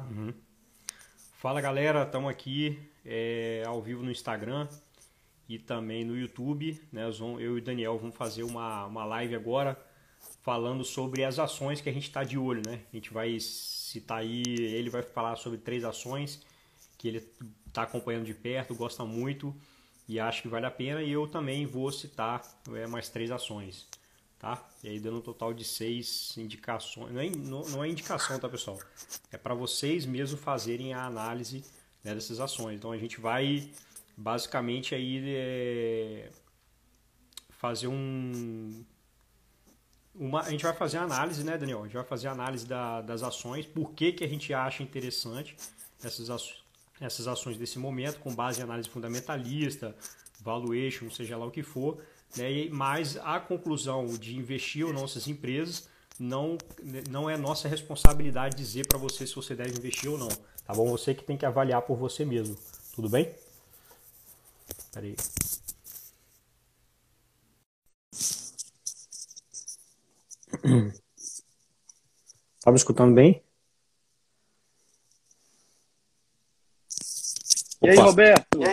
Uhum. Fala galera, estamos aqui ao vivo no Instagram e também no YouTube, né? Eu e o Daniel vamos fazer uma live agora falando sobre as ações que a gente está de olho, né? A gente vai citar aí, ele vai falar sobre 3 ações que ele está acompanhando de perto, gosta muito e acha que vale a pena, e eu também vou citar mais 3 ações. Tá? E aí dando um total de 6 indicações. Não é indicação, tá, pessoal? É para vocês mesmo fazerem a análise, né, dessas ações. Então a gente vai basicamente aí fazer a gente vai fazer a análise, né, Daniel? A gente vai fazer a análise das ações, por que a gente acha interessante essas ações, essas ações desse momento, com base em análise fundamentalista, valuation, seja lá o que for, né? Mas a conclusão de investir ou não nessas empresas não é nossa responsabilidade dizer para você se você deve investir ou não, tá bom? Você que tem que avaliar por você mesmo, tudo bem? Peraí. Tá me escutando bem? E aí, Opa, Roberto?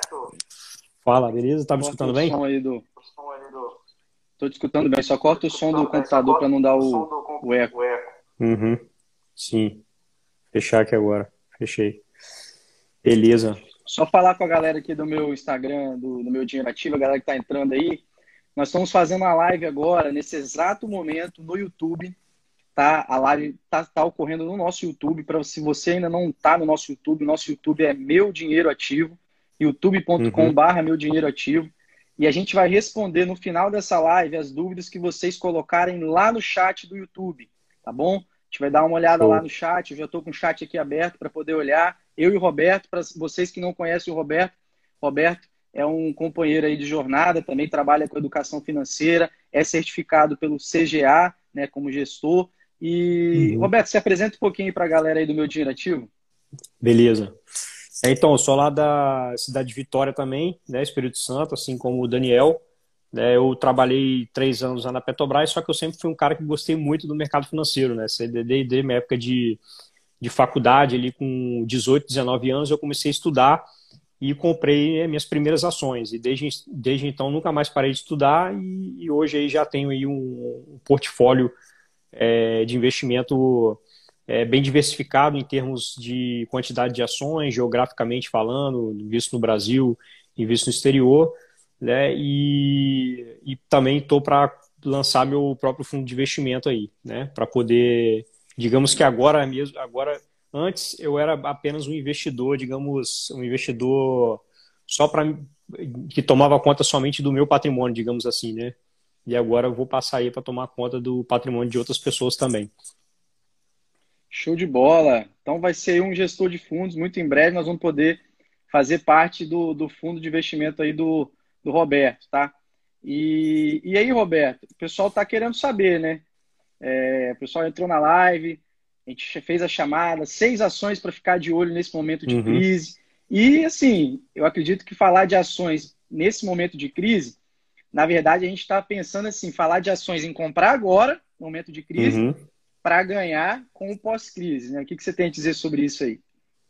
fala, beleza? Tá me Corta escutando o bem? som aí do. Tô te escutando bem, só corta o som do computador para não dar o eco. Uhum, sim. Fechar aqui agora. Fechei. Beleza. Só falar com a galera aqui do meu Instagram, do meu Dinheiro Ativo, a galera que tá entrando aí. Nós estamos fazendo uma live agora, nesse exato momento, no YouTube. Tá? A live tá ocorrendo no nosso YouTube. Para se você ainda não tá no nosso YouTube é Meu Dinheiro Ativo, Uhum. youtube.com/barra Meu Dinheiro Ativo. E a gente vai responder no final dessa live as dúvidas que vocês colocarem lá no chat do YouTube, tá bom? A gente vai dar uma olhada lá no Show. chat. Eu já estou com o chat aqui aberto para poder olhar. Eu e o Roberto, para vocês que não conhecem o Roberto, Roberto é um companheiro aí de jornada, também trabalha com educação financeira, é certificado pelo CGA, né, como gestor. E, Uhum. Roberto, se apresenta um pouquinho para a galera aí do Meu Dinheiro Ativo. Beleza. Então, eu sou lá da cidade de Vitória também, né, Espírito Santo, assim como o Daniel. Né, eu trabalhei 3 anos lá na Petrobras, só que eu sempre fui um cara que gostei muito do mercado financeiro, né? Desde minha época de faculdade, ali com 18, 19 anos, eu comecei a estudar e comprei minhas primeiras ações. E desde então nunca mais parei de estudar, e hoje aí já tenho aí um portfólio de investimento bem diversificado em termos de quantidade de ações, geograficamente falando, visto no Brasil e visto no exterior, né? E também estou para lançar meu próprio fundo de investimento aí, né? Para poder, digamos que agora antes eu era apenas um investidor, digamos, um investidor só para que tomava conta somente do meu patrimônio, digamos assim, né? E agora eu vou passar aí para tomar conta do patrimônio de outras pessoas também. Show de bola. Então vai ser um gestor de fundos. Muito em breve nós vamos poder fazer parte do fundo de investimento aí do Roberto, tá? E aí, Roberto, o pessoal está querendo saber, né? O pessoal entrou na live, a gente fez a chamada, 6 ações para ficar de olho nesse momento de Uhum, crise. E, assim, eu acredito que falar de ações nesse momento de crise, na verdade, a gente está pensando assim, falar de ações em comprar agora, no momento de crise, uhum. para ganhar com o pós-crise, né? O que você tem a dizer sobre isso aí?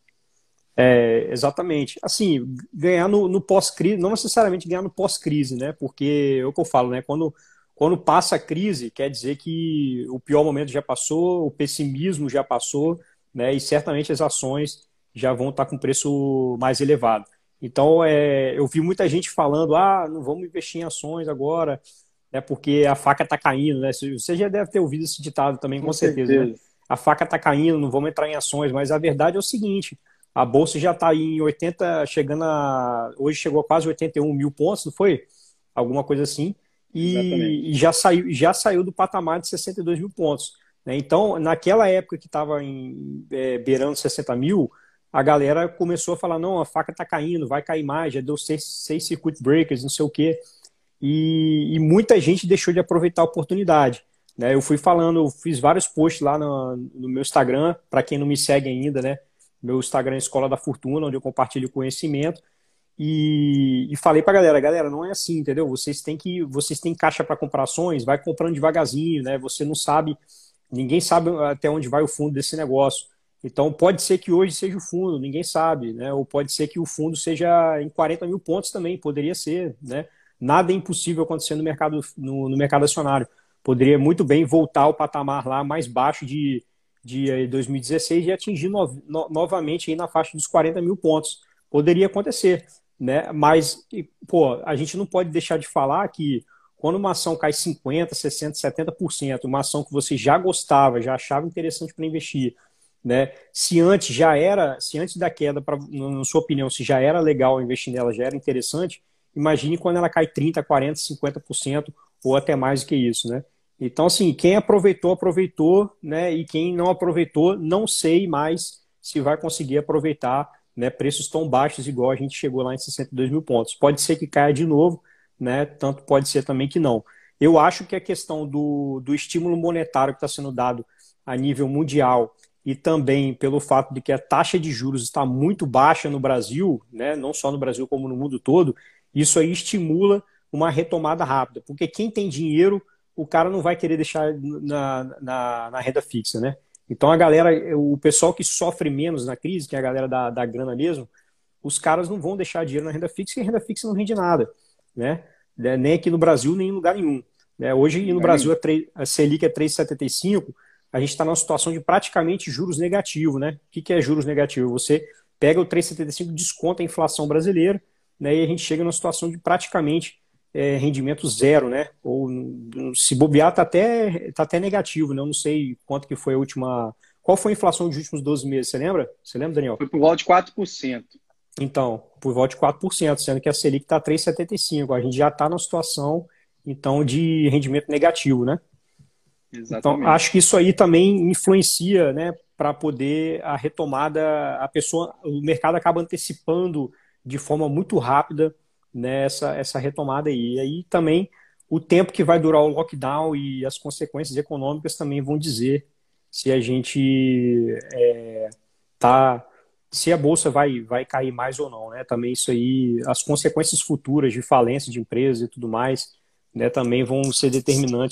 Exatamente. Assim, ganhar no pós-crise, não necessariamente ganhar no pós-crise, né? Porque é o que eu falo, né? Quando passa a crise, quer dizer que o pior momento já passou, o pessimismo já passou, né? E certamente as ações já vão estar com preço mais elevado. Então, eu vi muita gente falando, não vamos investir em ações agora, né? Porque a faca está caindo, né? Você já deve ter ouvido esse ditado também, Com com certeza, né? certeza. A faca está caindo, não vamos entrar em ações, mas a verdade é o seguinte: a bolsa já está aí em 80, hoje chegou a quase 81 mil pontos, não foi? Alguma coisa assim. E Exatamente. já saiu do patamar de 62 mil pontos. Né? Então, naquela época que estava beirando 60 mil, a galera começou a falar: não, a faca está caindo, vai cair mais, já deu seis circuit breakers, não sei o quê. E muita gente deixou de aproveitar a oportunidade. Né? Eu fui falando, eu fiz vários posts lá no meu Instagram, para quem não me segue ainda, né? Meu Instagram é Escola da Fortuna, onde eu compartilho conhecimento. E falei pra galera, não é assim, entendeu? Vocês têm caixa para comprar ações, vai comprando devagarzinho, né? Você não sabe, ninguém sabe até onde vai o fundo desse negócio. Então, pode ser que hoje seja o fundo, ninguém sabe, né? Ou pode ser que o fundo seja em 40 mil pontos também, poderia ser, né? Nada é impossível acontecer no mercado acionário. Poderia muito bem voltar ao patamar lá mais baixo de 2016 e atingir novamente aí na faixa dos 40 mil pontos. Poderia acontecer, né? Mas, pô, a gente não pode deixar de falar que quando uma ação cai 50%, 60%, 70%, uma ação que você já gostava, já achava interessante para investir, né? Se antes da queda, na sua opinião, se já era legal investir nela, já era interessante, imagine quando ela cai 30, 40, 50% ou até mais do que isso, né? Então, assim, quem aproveitou, aproveitou, né? E quem não aproveitou, não sei mais se vai conseguir aproveitar, né? Preços tão baixos igual a gente chegou lá em 62 mil pontos. Pode ser que caia de novo, né? Tanto pode ser também que não. Eu acho que a questão do estímulo monetário que está sendo dado a nível mundial e também pelo fato de que a taxa de juros está muito baixa no Brasil, né? Não só no Brasil como no mundo todo, isso aí estimula uma retomada rápida, porque quem tem dinheiro, o cara não vai querer deixar na renda fixa, né? Então a galera, o pessoal que sofre menos na crise, que é a galera da grana mesmo, os caras não vão deixar dinheiro na renda fixa e a renda fixa não rende nada, né? Nem aqui no Brasil, nem em lugar nenhum. Né? Hoje no Brasil a Selic é 3,75, a gente está numa situação de praticamente juros negativos, né? O que é juros negativos? Você pega o 3,75, desconta a inflação brasileira, né? E a gente chega numa situação de praticamente rendimento zero, né? Ou se bobear, tá até negativo, né? Eu não sei quanto que foi a última. Qual foi a inflação dos últimos 12 meses? Você lembra? Você lembra, Daniel? Foi por volta de 4%. Então, por volta de 4%, sendo que a Selic está 3,75. A gente já está numa situação, então, de rendimento negativo, né? Então, Exatamente. acho que isso aí também influencia, né, para poder a retomada, o mercado acaba antecipando de forma muito rápida, né, essa retomada aí. E aí também o tempo que vai durar o lockdown e as consequências econômicas também vão dizer se a gente tá, se a bolsa vai cair mais ou não, né? Também isso aí, as consequências futuras de falência de empresas e tudo mais, né, também vão ser determinantes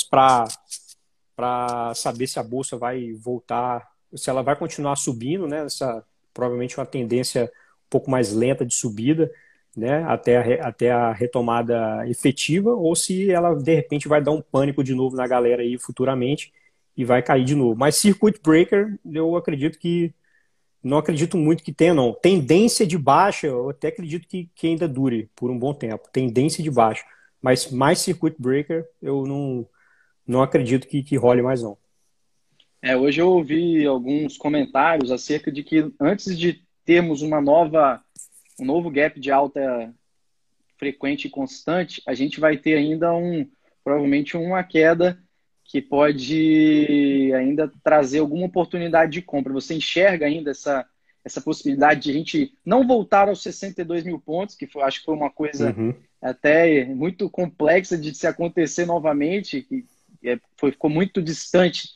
para saber se a bolsa vai voltar, se ela vai continuar subindo, né? Provavelmente uma tendência um pouco mais lenta de subida, né? Até a retomada efetiva, ou se ela de repente vai dar um pânico de novo na galera aí futuramente e vai cair de novo. Mas circuit breaker, eu acredito que não acredito muito que tenha, não. Tendência de baixa, eu até acredito que ainda dure por um bom tempo. Tendência de baixa. Mas mais circuit breaker, eu não acredito que role mais não. Hoje eu ouvi alguns comentários acerca de que antes de termos um novo gap de alta frequente e constante, a gente vai ter ainda provavelmente uma queda que pode ainda trazer alguma oportunidade de compra. Você enxerga ainda essa possibilidade de a gente não voltar aos 62 mil pontos, que acho que foi uma coisa Uhum, até muito complexa de se acontecer novamente, ficou muito distante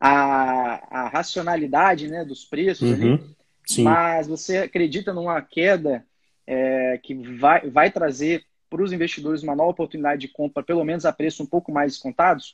a racionalidade, né, dos preços ali, uhum, sim. mas você acredita numa queda que vai trazer para os investidores uma nova oportunidade de compra, pelo menos a preços um pouco mais descontados?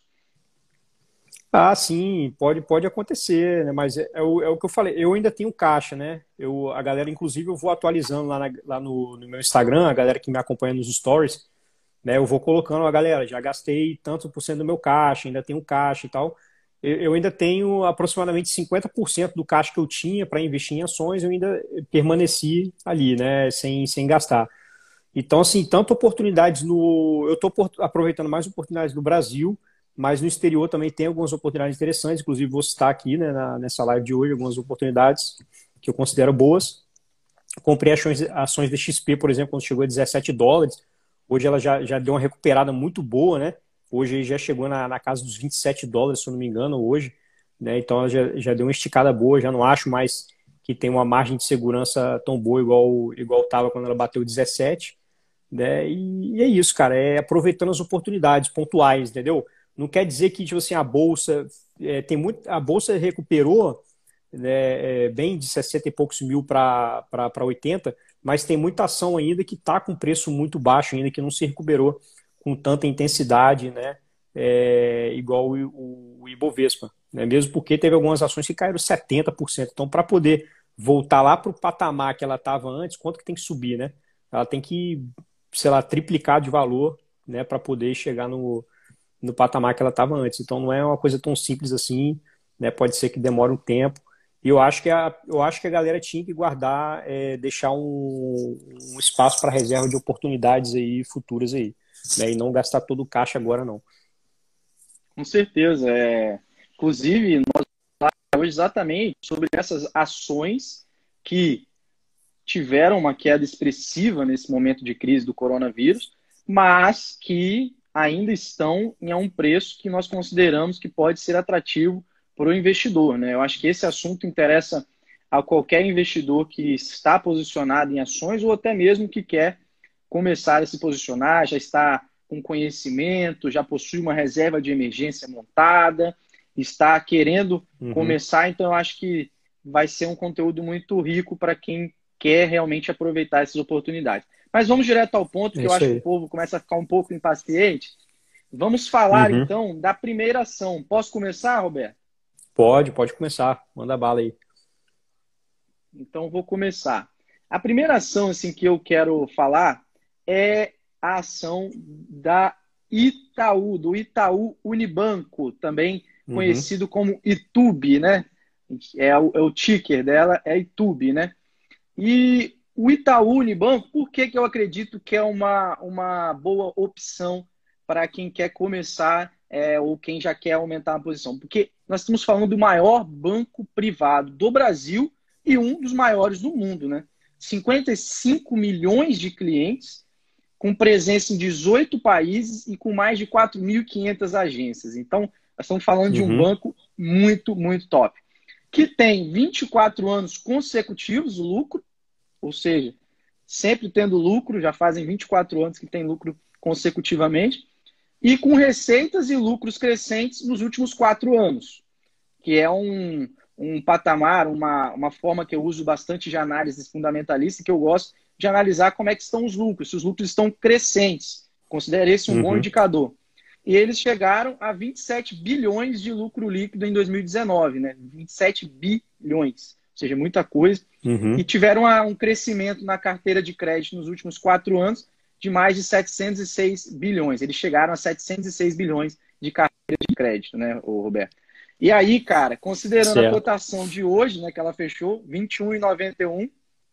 Ah, sim, pode acontecer, né? Mas é o que eu falei. Eu ainda tenho caixa, né? A galera, inclusive, eu vou atualizando lá no meu Instagram, a galera que me acompanha nos stories, né? Eu vou colocando, a galera, já gastei tanto por cento do meu caixa, ainda tenho caixa e tal. Eu ainda tenho aproximadamente 50% do caixa que eu tinha para investir em ações, eu ainda permaneci ali, né? Sem gastar. Então, assim, tanto oportunidades no. Eu estou aproveitando mais oportunidades no Brasil, mas no exterior também tem algumas oportunidades interessantes. Inclusive, vou citar aqui, né, nessa live de hoje algumas oportunidades que eu considero boas. Comprei ações da XP, por exemplo, quando chegou a US$ 17. Hoje ela já deu uma recuperada muito boa, né? Hoje já chegou na casa dos US$ 27, se eu não me engano, hoje. Né? Então ela já deu uma esticada boa, já não acho mais que tem uma margem de segurança tão boa igual estava quando ela bateu 17, né? E é isso, cara, é aproveitando as oportunidades pontuais, entendeu? Não quer dizer que, tipo assim, a bolsa a bolsa recuperou, né, bem de 60 e poucos mil para 80, mas tem muita ação ainda que está com preço muito baixo ainda, que não se recuperou com tanta intensidade, né, igual o Ibovespa, né? Mesmo porque teve algumas ações que caíram 70%. Então, para poder voltar lá para o patamar que ela estava antes, quanto que tem que subir, né? Ela tem que, sei lá, triplicar de valor, né, para poder chegar no patamar que ela estava antes. Então, não é uma coisa tão simples assim, né? Pode ser que demore um tempo. E eu acho que a galera tinha que guardar, deixar um espaço para reserva de oportunidades aí futuras aí, né? E não gastar todo o caixa agora, não. Com certeza. Inclusive, nós hoje exatamente sobre essas ações que tiveram uma queda expressiva nesse momento de crise do coronavírus, mas que ainda estão em um preço que nós consideramos que pode ser atrativo para o investidor, né? Eu acho que esse assunto interessa a qualquer investidor que está posicionado em ações ou até mesmo que quer começar a se posicionar, já está com conhecimento, já possui uma reserva de emergência montada, está querendo começar. Então, eu acho que vai ser um conteúdo muito rico para quem quer realmente aproveitar essas oportunidades. Mas vamos direto ao ponto, que eu acho que o povo começa a ficar um pouco impaciente. Vamos falar, então, da primeira ação. Posso começar, Roberto? Pode começar. Manda bala aí. Então, vou começar. A primeira ação assim, que eu quero falar é a ação da Itaú, do Itaú Unibanco, também conhecido como ITUB, né? É o ticker dela, é ITUB, né? E o Itaú Unibanco, por que eu acredito que é uma boa opção para quem quer começar ou quem já quer aumentar a posição? Porque nós estamos falando do maior banco privado do Brasil e um dos maiores do mundo, né? 55 milhões de clientes, com presença em 18 países e com mais de 4.500 agências. Então, nós estamos falando de um banco muito, muito top, que tem 24 anos consecutivos de lucro, ou seja, sempre tendo lucro, já fazem 24 anos que tem lucro consecutivamente, e com receitas e lucros crescentes nos últimos 4 anos, que é um patamar, uma forma que eu uso bastante de análise fundamentalista, que eu gosto de analisar como é que estão os lucros, se os lucros estão crescentes. Considero esse um bom indicador. E eles chegaram a 27 bilhões de lucro líquido em 2019, né? 27 bilhões, ou seja, muita coisa. E tiveram um crescimento na carteira de crédito nos últimos 4 anos de mais de 706 bilhões. Eles chegaram a 706 bilhões de carteira de crédito, né, Roberto? E aí, cara, considerando a cotação de hoje, né, que ela fechou, 21,91,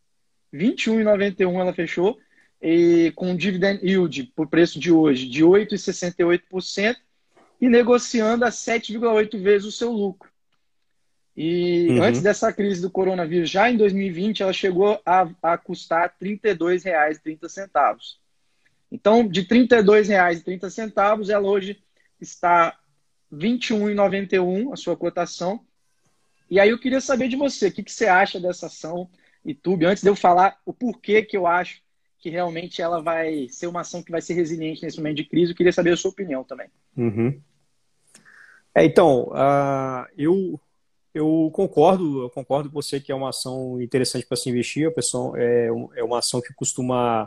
21,91 ela fechou, e com dividend yield, por preço de hoje, de 8,68% e negociando a 7,8 vezes o seu lucro. E antes dessa crise do coronavírus, já em 2020, ela chegou a custar R$ 32,30. Então, de R$ 32,30, ela hoje está R$ 21,91, a sua cotação. E aí eu queria saber de você, o que você acha dessa ação ITUB, antes de eu falar o porquê que eu acho que realmente ela vai ser uma ação que vai ser resiliente nesse momento de crise. Eu queria saber a sua opinião também. Então, eu concordo com você que é uma ação interessante para se investir. É uma ação que costuma,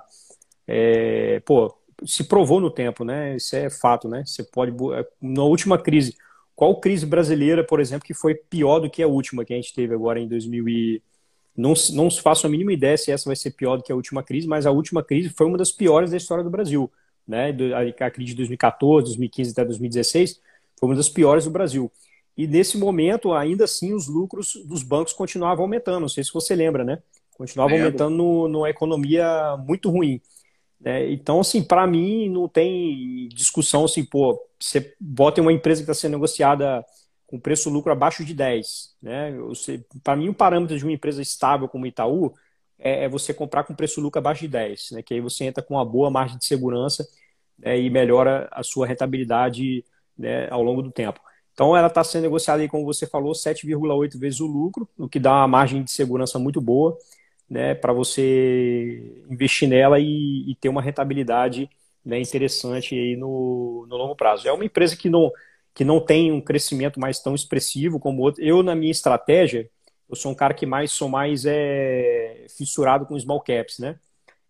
se provou no tempo, né? Isso é fato, né? Você pode, na última crise, qual crise brasileira, por exemplo, que foi pior do que a última que a gente teve agora em 2000 e não se faço a mínima ideia se essa vai ser pior do que a última crise, mas a última crise foi uma das piores da história do Brasil, né? A crise de 2014, 2015 até 2016 foi uma das piores do Brasil. E nesse momento, ainda assim, os lucros dos bancos continuavam aumentando. Não sei se você lembra, né? Continuavam aumentando numa economia muito ruim. Né? Então, assim, para mim, não tem discussão assim, você bota em uma empresa que está sendo negociada com preço-lucro abaixo de 10. Né? Para mim, o parâmetro de uma empresa estável como Itaú é você comprar com preço-lucro abaixo de 10. Né? Que aí você entra com uma boa margem de segurança, né? E melhora a sua rentabilidade, né, ao longo do tempo. Então, ela está sendo negociada, aí, como você falou, 7,8 vezes o lucro, o que dá uma margem de segurança muito boa, né, para você investir nela e ter uma rentabilidade, né, interessante aí no longo prazo. É uma empresa que não tem um crescimento mais tão expressivo como outro. Eu, na minha estratégia, eu sou um cara que sou mais fissurado com small caps, né?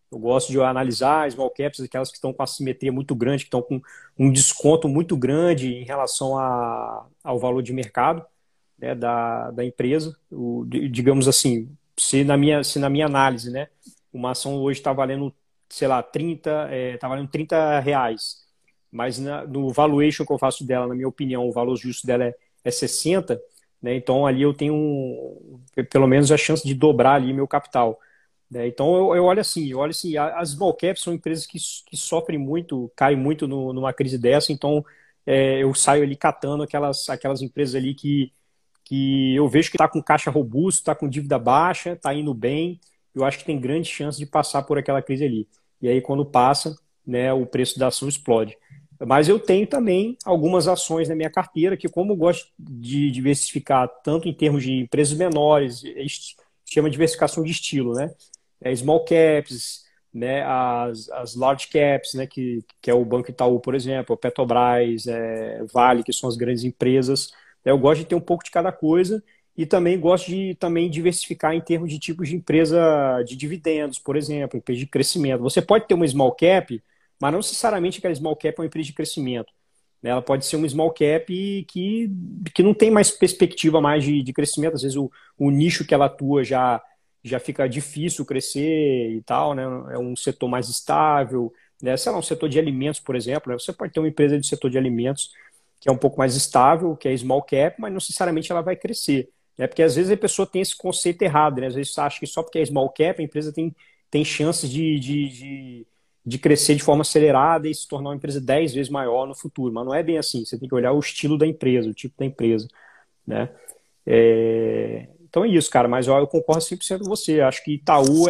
Eu gosto de analisar small caps, aquelas que estão com assimetria muito grande, que estão com um desconto muito grande em relação ao valor de mercado, né, da empresa. Digamos assim, se na minha análise, né, uma ação hoje está valendo, sei lá, tá valendo R$ 30, mas no valuation que eu faço dela, na minha opinião, o valor justo dela é 60, né, então ali eu tenho pelo menos a chance de dobrar ali meu capital. Né? Então eu olho assim, as small caps são empresas que sofrem muito, caem muito numa crise dessa, então eu saio ali catando aquelas empresas ali que eu vejo que está com caixa robusto, está com dívida baixa, está indo bem, eu acho que tem grande chance de passar por aquela crise ali. E aí quando passa, né, o preço da ação explode. Mas eu tenho também algumas ações na minha carteira que, como eu gosto de diversificar tanto em termos de empresas menores, chama diversificação de estilo, né? Small caps, né, as large caps, né, que é o Banco Itaú, por exemplo, a Petrobras, Vale, que são as grandes empresas. Eu gosto de ter um pouco de cada coisa e também gosto de também diversificar em termos de tipos de empresa de dividendos, por exemplo, empresa de crescimento. Você pode ter uma small cap, mas não necessariamente aquela small cap é uma empresa de crescimento. Né? Ela pode ser uma small cap que não tem mais perspectiva mais de crescimento. Às vezes o nicho que ela atua já fica difícil crescer e tal, né? É um setor mais estável, né? Sei lá, um setor de alimentos, por exemplo, né? Você pode ter uma empresa de setor de alimentos que é um pouco mais estável, que é small cap, mas não necessariamente ela vai crescer, né? Porque às vezes a pessoa tem esse conceito errado, né? Às vezes você acha que só porque é small cap a empresa tem chances de crescer de forma acelerada e se tornar uma empresa 10 vezes maior no futuro, mas não é bem assim. Você tem que olhar o estilo da empresa, o tipo da empresa, né? Então é isso, cara, mas eu concordo 100% com você. Acho que Itaú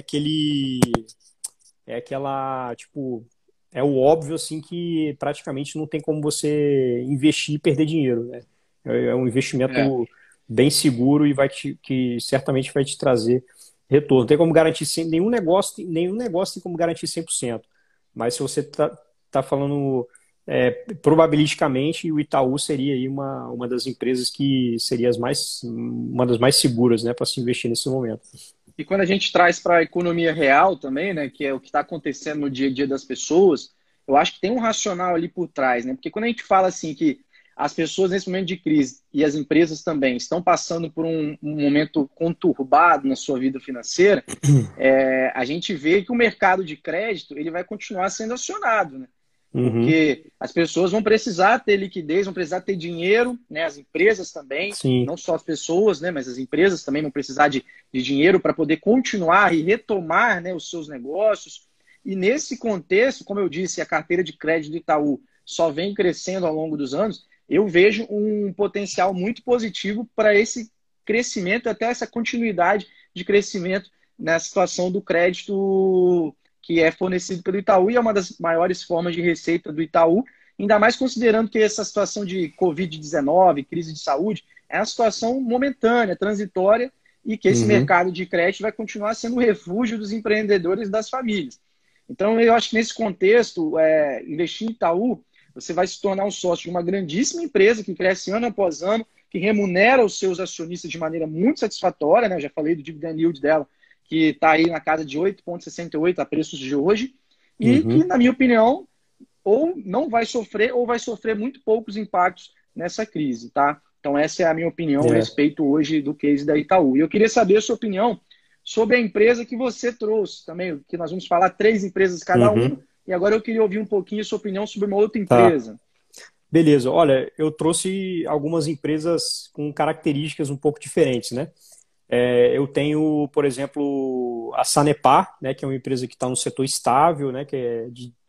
é aquela, tipo, é o óbvio, assim, que praticamente não tem como você investir e perder dinheiro, né? É um É. investimento bem seguro e que certamente vai te trazer retorno. Não tem como garantir nenhum negócio tem como garantir 100%. Mas se você tá falando probabilisticamente, o Itaú seria aí uma das empresas que seria uma das mais seguras, né, para se investir nesse momento. E quando a gente traz para a economia real também, né, que é o que está acontecendo no dia a dia das pessoas, eu acho que tem um racional ali por trás, né? Porque quando a gente fala assim que as pessoas nesse momento de crise e as empresas também estão passando por um momento conturbado na sua vida financeira, a gente vê que o mercado de crédito ele vai continuar sendo acionado, né? Uhum, Porque as pessoas vão precisar ter liquidez, vão precisar ter dinheiro, né? As empresas também, sim. não só as pessoas, né? Mas as empresas também vão precisar de dinheiro para poder continuar e retomar, né, os seus negócios. E nesse contexto, como eu disse, a carteira de crédito do Itaú só vem crescendo ao longo dos anos, eu vejo um potencial muito positivo para esse crescimento, até essa continuidade de crescimento na situação do crédito que é fornecido pelo Itaú e é uma das maiores formas de receita do Itaú, ainda mais considerando que essa situação de Covid-19, crise de saúde, é uma situação momentânea, transitória, e que esse Uhum, mercado de crédito vai continuar sendo o refúgio dos empreendedores e das famílias. Então, eu acho que nesse contexto, investir em Itaú, você vai se tornar um sócio de uma grandíssima empresa que cresce ano após ano, que remunera os seus acionistas de maneira muito satisfatória, né? Eu já falei do dividend yield dela, que está aí na casa de 8,68 a preços de hoje, e que, uhum. na minha opinião, ou não vai sofrer, ou vai sofrer muito poucos impactos nessa crise, tá? Então, essa é a minha opinião a É. respeito hoje do case da Itaú. E eu queria saber a sua opinião sobre a empresa que você trouxe também, que nós vamos falar 3 empresas cada uma, Uhum. e agora eu queria ouvir um pouquinho a sua opinião sobre uma outra Tá. empresa. Beleza. Olha, eu trouxe algumas empresas com características um pouco diferentes, né? Eu tenho, por exemplo, a Sanepar, né, que é uma empresa que está no setor estável, né, que é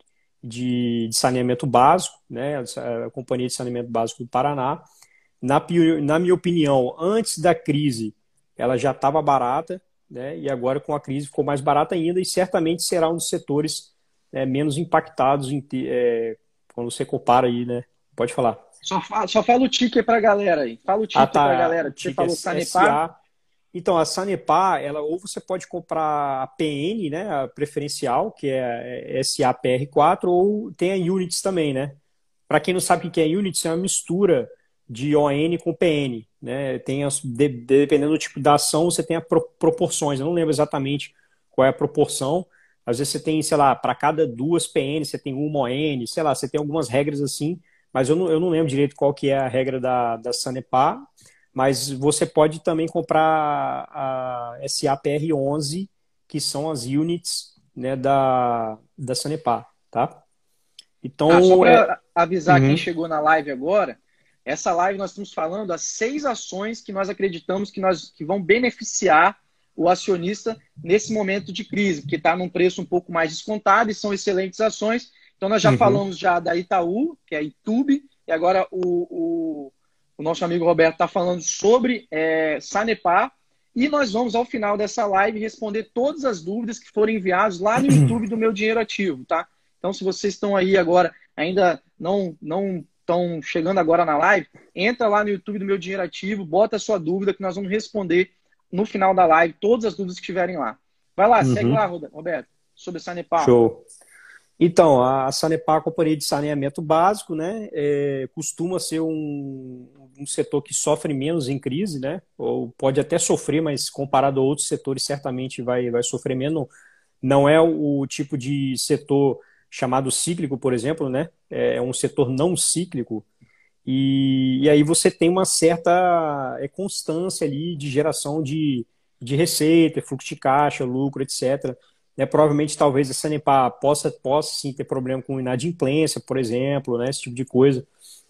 de saneamento básico, né, a Companhia de Saneamento Básico do Paraná. Na minha opinião, antes da crise, ela já estava barata, né, e agora com a crise ficou mais barata ainda e certamente será um dos setores menos impactados quando você compara aí, né? Pode falar. Só fala o ticker para a galera aí. Fala o Ah, ticker para a tá. galera. O Você ticker falou é Sanepar. SA. Então, a Sanepar, ela, ou você pode comprar a PN, né, a preferencial, que é SAPR4, ou tem a Units também, né? Para quem não sabe o que é Units, é uma mistura de ON com PN, né? Dependendo do tipo da ação, você tem proporções. Eu não lembro exatamente qual é a proporção, Às vezes você tem, sei lá, para cada duas PN, você tem uma ON, sei lá, você tem algumas regras assim, mas eu não lembro direito qual que é a regra da Sanepar, mas você pode também comprar a SAPR11, que são as units, né, da Sanepar, tá? Só Então, para avisar quem uhum, chegou na live agora, essa live nós estamos falando as 6 ações que nós acreditamos que vão beneficiar o acionista nesse momento de crise, que está num preço um pouco mais descontado e são excelentes ações. Então nós já uhum, falamos já da Itaú, que é a Itube, e agora o nosso amigo Roberto está falando sobre Sanepar, e nós vamos ao final dessa live responder todas as dúvidas que foram enviadas lá no YouTube do Meu Dinheiro Ativo, tá? Então, se vocês estão aí agora, ainda não estão chegando agora na live, entra lá no YouTube do Meu Dinheiro Ativo, bota a sua dúvida que nós vamos responder no final da live todas as dúvidas que estiverem lá. Vai lá, segue uhum. lá, Roberto, sobre a Sanepar. Show. Então, a Sanepar, a Companhia de Saneamento Básico, né, costuma ser um setor que sofre menos em crise, né, ou pode até sofrer, mas comparado a outros setores, certamente vai sofrer menos. Não é o tipo de setor chamado cíclico, por exemplo, né, é um setor não cíclico, e aí você tem uma certa constância ali de geração de receita, fluxo de caixa, lucro, etc. Né, provavelmente, talvez a Sanepar possa sim ter problema com inadimplência, por exemplo, né, esse tipo de coisa.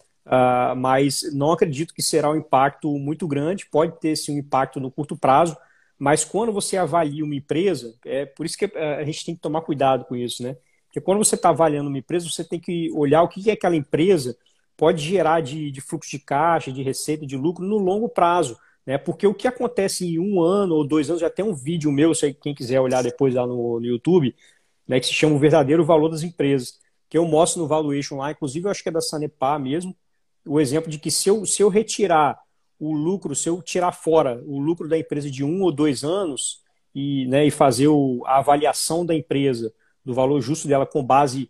Mas não acredito que será um impacto muito grande. Pode ter sim um impacto no curto prazo, mas quando você avalia uma empresa, é por isso que a gente tem que tomar cuidado com isso, né? Porque quando você está avaliando uma empresa, você tem que olhar o que é aquela empresa pode gerar de fluxo de caixa, de receita, de lucro no longo prazo. Né? Porque o que acontece em 1 ano ou 2 anos, já tem um vídeo meu, se quem quiser olhar depois lá no YouTube, né, que se chama O Verdadeiro Valor das Empresas, que eu mostro no Valuation lá, inclusive eu acho que é da Sanepar mesmo, o exemplo de que se eu retirar o lucro, se eu tirar fora o lucro da empresa de 1 ou 2 anos e fazer a avaliação da empresa, do valor justo dela com base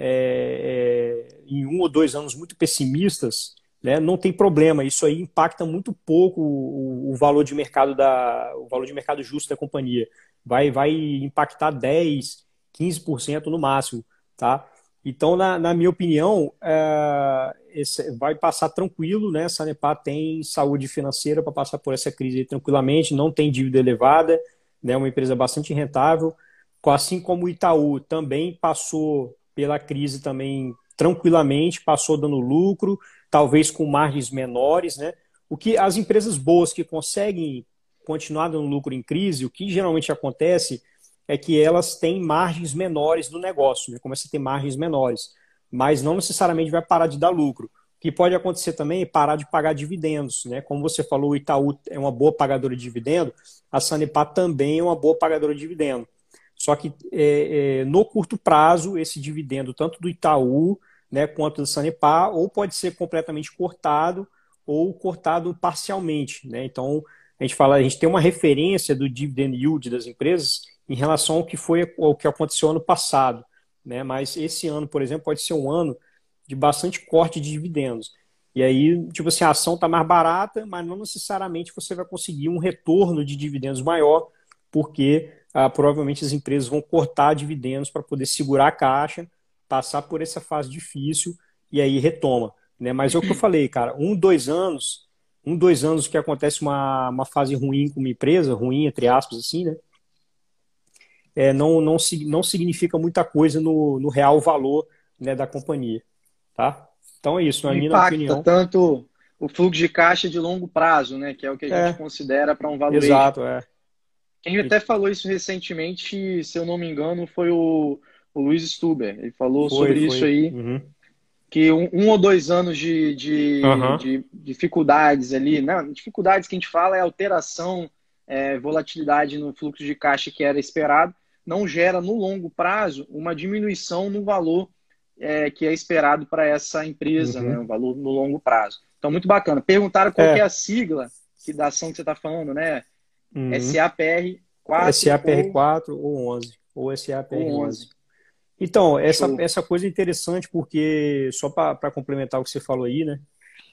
em 1 ou 2 anos muito pessimistas, né, não tem problema. Isso aí impacta muito pouco o valor de mercado o valor de mercado justo da companhia. Vai impactar 10, 15% no máximo, tá? Então, na minha opinião, vai passar tranquilo, né? A Sanepar tem saúde financeira para passar por essa crise aí tranquilamente, não tem dívida elevada, né? Uma empresa bastante rentável, assim como o Itaú também passou pela crise também tranquilamente, passou dando lucro, talvez com margens menores, né? O que as empresas boas que conseguem continuar dando lucro em crise, o que geralmente acontece é que elas têm margens menores no negócio, né? Começa a ter margens menores, mas não necessariamente vai parar de dar lucro. O que pode acontecer também é parar de pagar dividendos, né? Como você falou, o Itaú é uma boa pagadora de dividendo, a Sanepar também é uma boa pagadora de dividendo. Só que no curto prazo, esse dividendo, tanto do Itaú, né, quanto do Sanepar, ou pode ser completamente cortado ou cortado parcialmente. Né? Então, a gente tem uma referência do dividend yield das empresas em relação ao que aconteceu ano passado. Né? Mas esse ano, por exemplo, pode ser um ano de bastante corte de dividendos. E aí, tipo assim, a ação está mais barata, mas não necessariamente você vai conseguir um retorno de dividendos maior, porque provavelmente as empresas vão cortar dividendos para poder segurar a caixa, passar por essa fase difícil e aí retoma. Né? Mas é o que eu falei, cara, 1, 2 anos que acontece uma fase ruim com uma empresa, ruim entre aspas, assim, né? Não significa muita coisa no real valor, né, da companhia. Tá? Então é isso, na Não minha impacta opinião. tanto o fluxo de caixa de longo prazo, né? Que é o que a gente É, considera para um valuation. exato, é. Quem até falou isso recentemente, se eu não me engano, foi o Luiz Stuber. Ele falou Foi, sobre isso foi. aí, Uhum. que 1 ou 2 anos Aham. de dificuldades ali, né? Dificuldades que a gente fala é alteração, volatilidade no fluxo de caixa que era esperado, não gera no longo prazo uma diminuição no valor que é esperado para essa empresa, né? Uhum. O valor no longo prazo. Então, muito bacana. Perguntaram qual que é a É. sigla da ação que você está falando, né? Uhum. SAPR4 SAPR4 ou 11, ou ou SAPR11. 11. Então, Show. essa coisa é interessante porque, só para complementar o que você falou aí, né?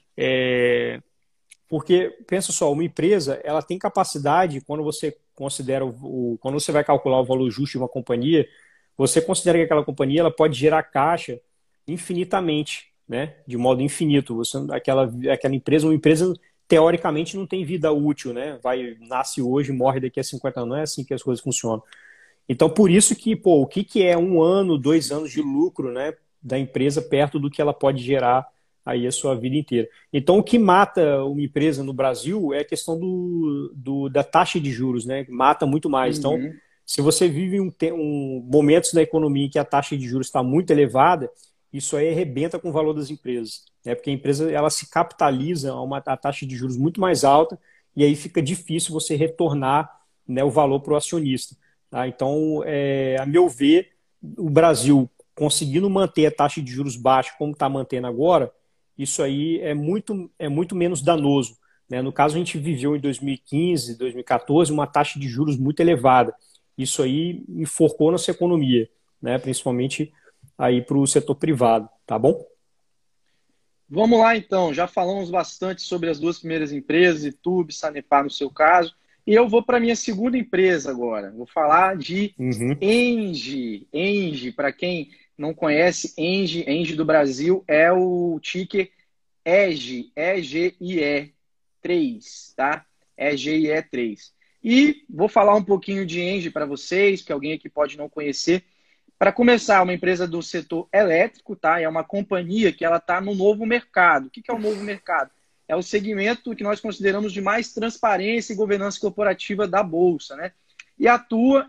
Porque, pensa só, uma empresa, ela tem capacidade, quando você considera, quando você vai calcular o valor justo de uma companhia, você considera que aquela companhia ela pode gerar caixa infinitamente, né? De modo infinito. Aquela empresa, uma empresa teoricamente não tem vida útil, né? Nasce hoje, morre daqui a 50 anos. Não é assim que as coisas funcionam. Então, por isso que, pô, o que é 1 ano, 2 anos de lucro, né, da empresa perto do que ela pode gerar aí a sua vida inteira. Então, o que mata uma empresa no Brasil é a questão da taxa de juros, né? Mata muito mais. Então, Uhum. se você vive momentos da economia em que a taxa de juros está muito elevada, isso aí arrebenta com o valor das empresas, né? Porque a empresa ela se capitaliza a taxa de juros muito mais alta e aí fica difícil você retornar, né, o valor para o acionista. Tá? Então, a meu ver, o Brasil conseguindo manter a taxa de juros baixa como está mantendo agora, isso aí é muito menos danoso. Né? No caso, a gente viveu em 2015, 2014, uma taxa de juros muito elevada. Isso aí enforcou nossa economia, né? Principalmente aí para o setor privado, tá bom? Vamos lá, então. Já falamos bastante sobre as duas primeiras empresas, YouTube, Sanepar no seu caso. E eu vou para a minha segunda empresa agora. Vou falar de Uhum, Engie. Engie, para quem não conhece, Engie do Brasil é o ticker EGIE, E-G-I-E 3, tá? EGIE 3. E vou falar um pouquinho de Engie para vocês, que alguém aqui pode não conhecer. Para começar, uma empresa do setor elétrico, tá? É uma companhia que ela está no novo mercado. O que é o novo mercado? É o segmento que nós consideramos de mais transparência e governança corporativa da Bolsa, né? E atua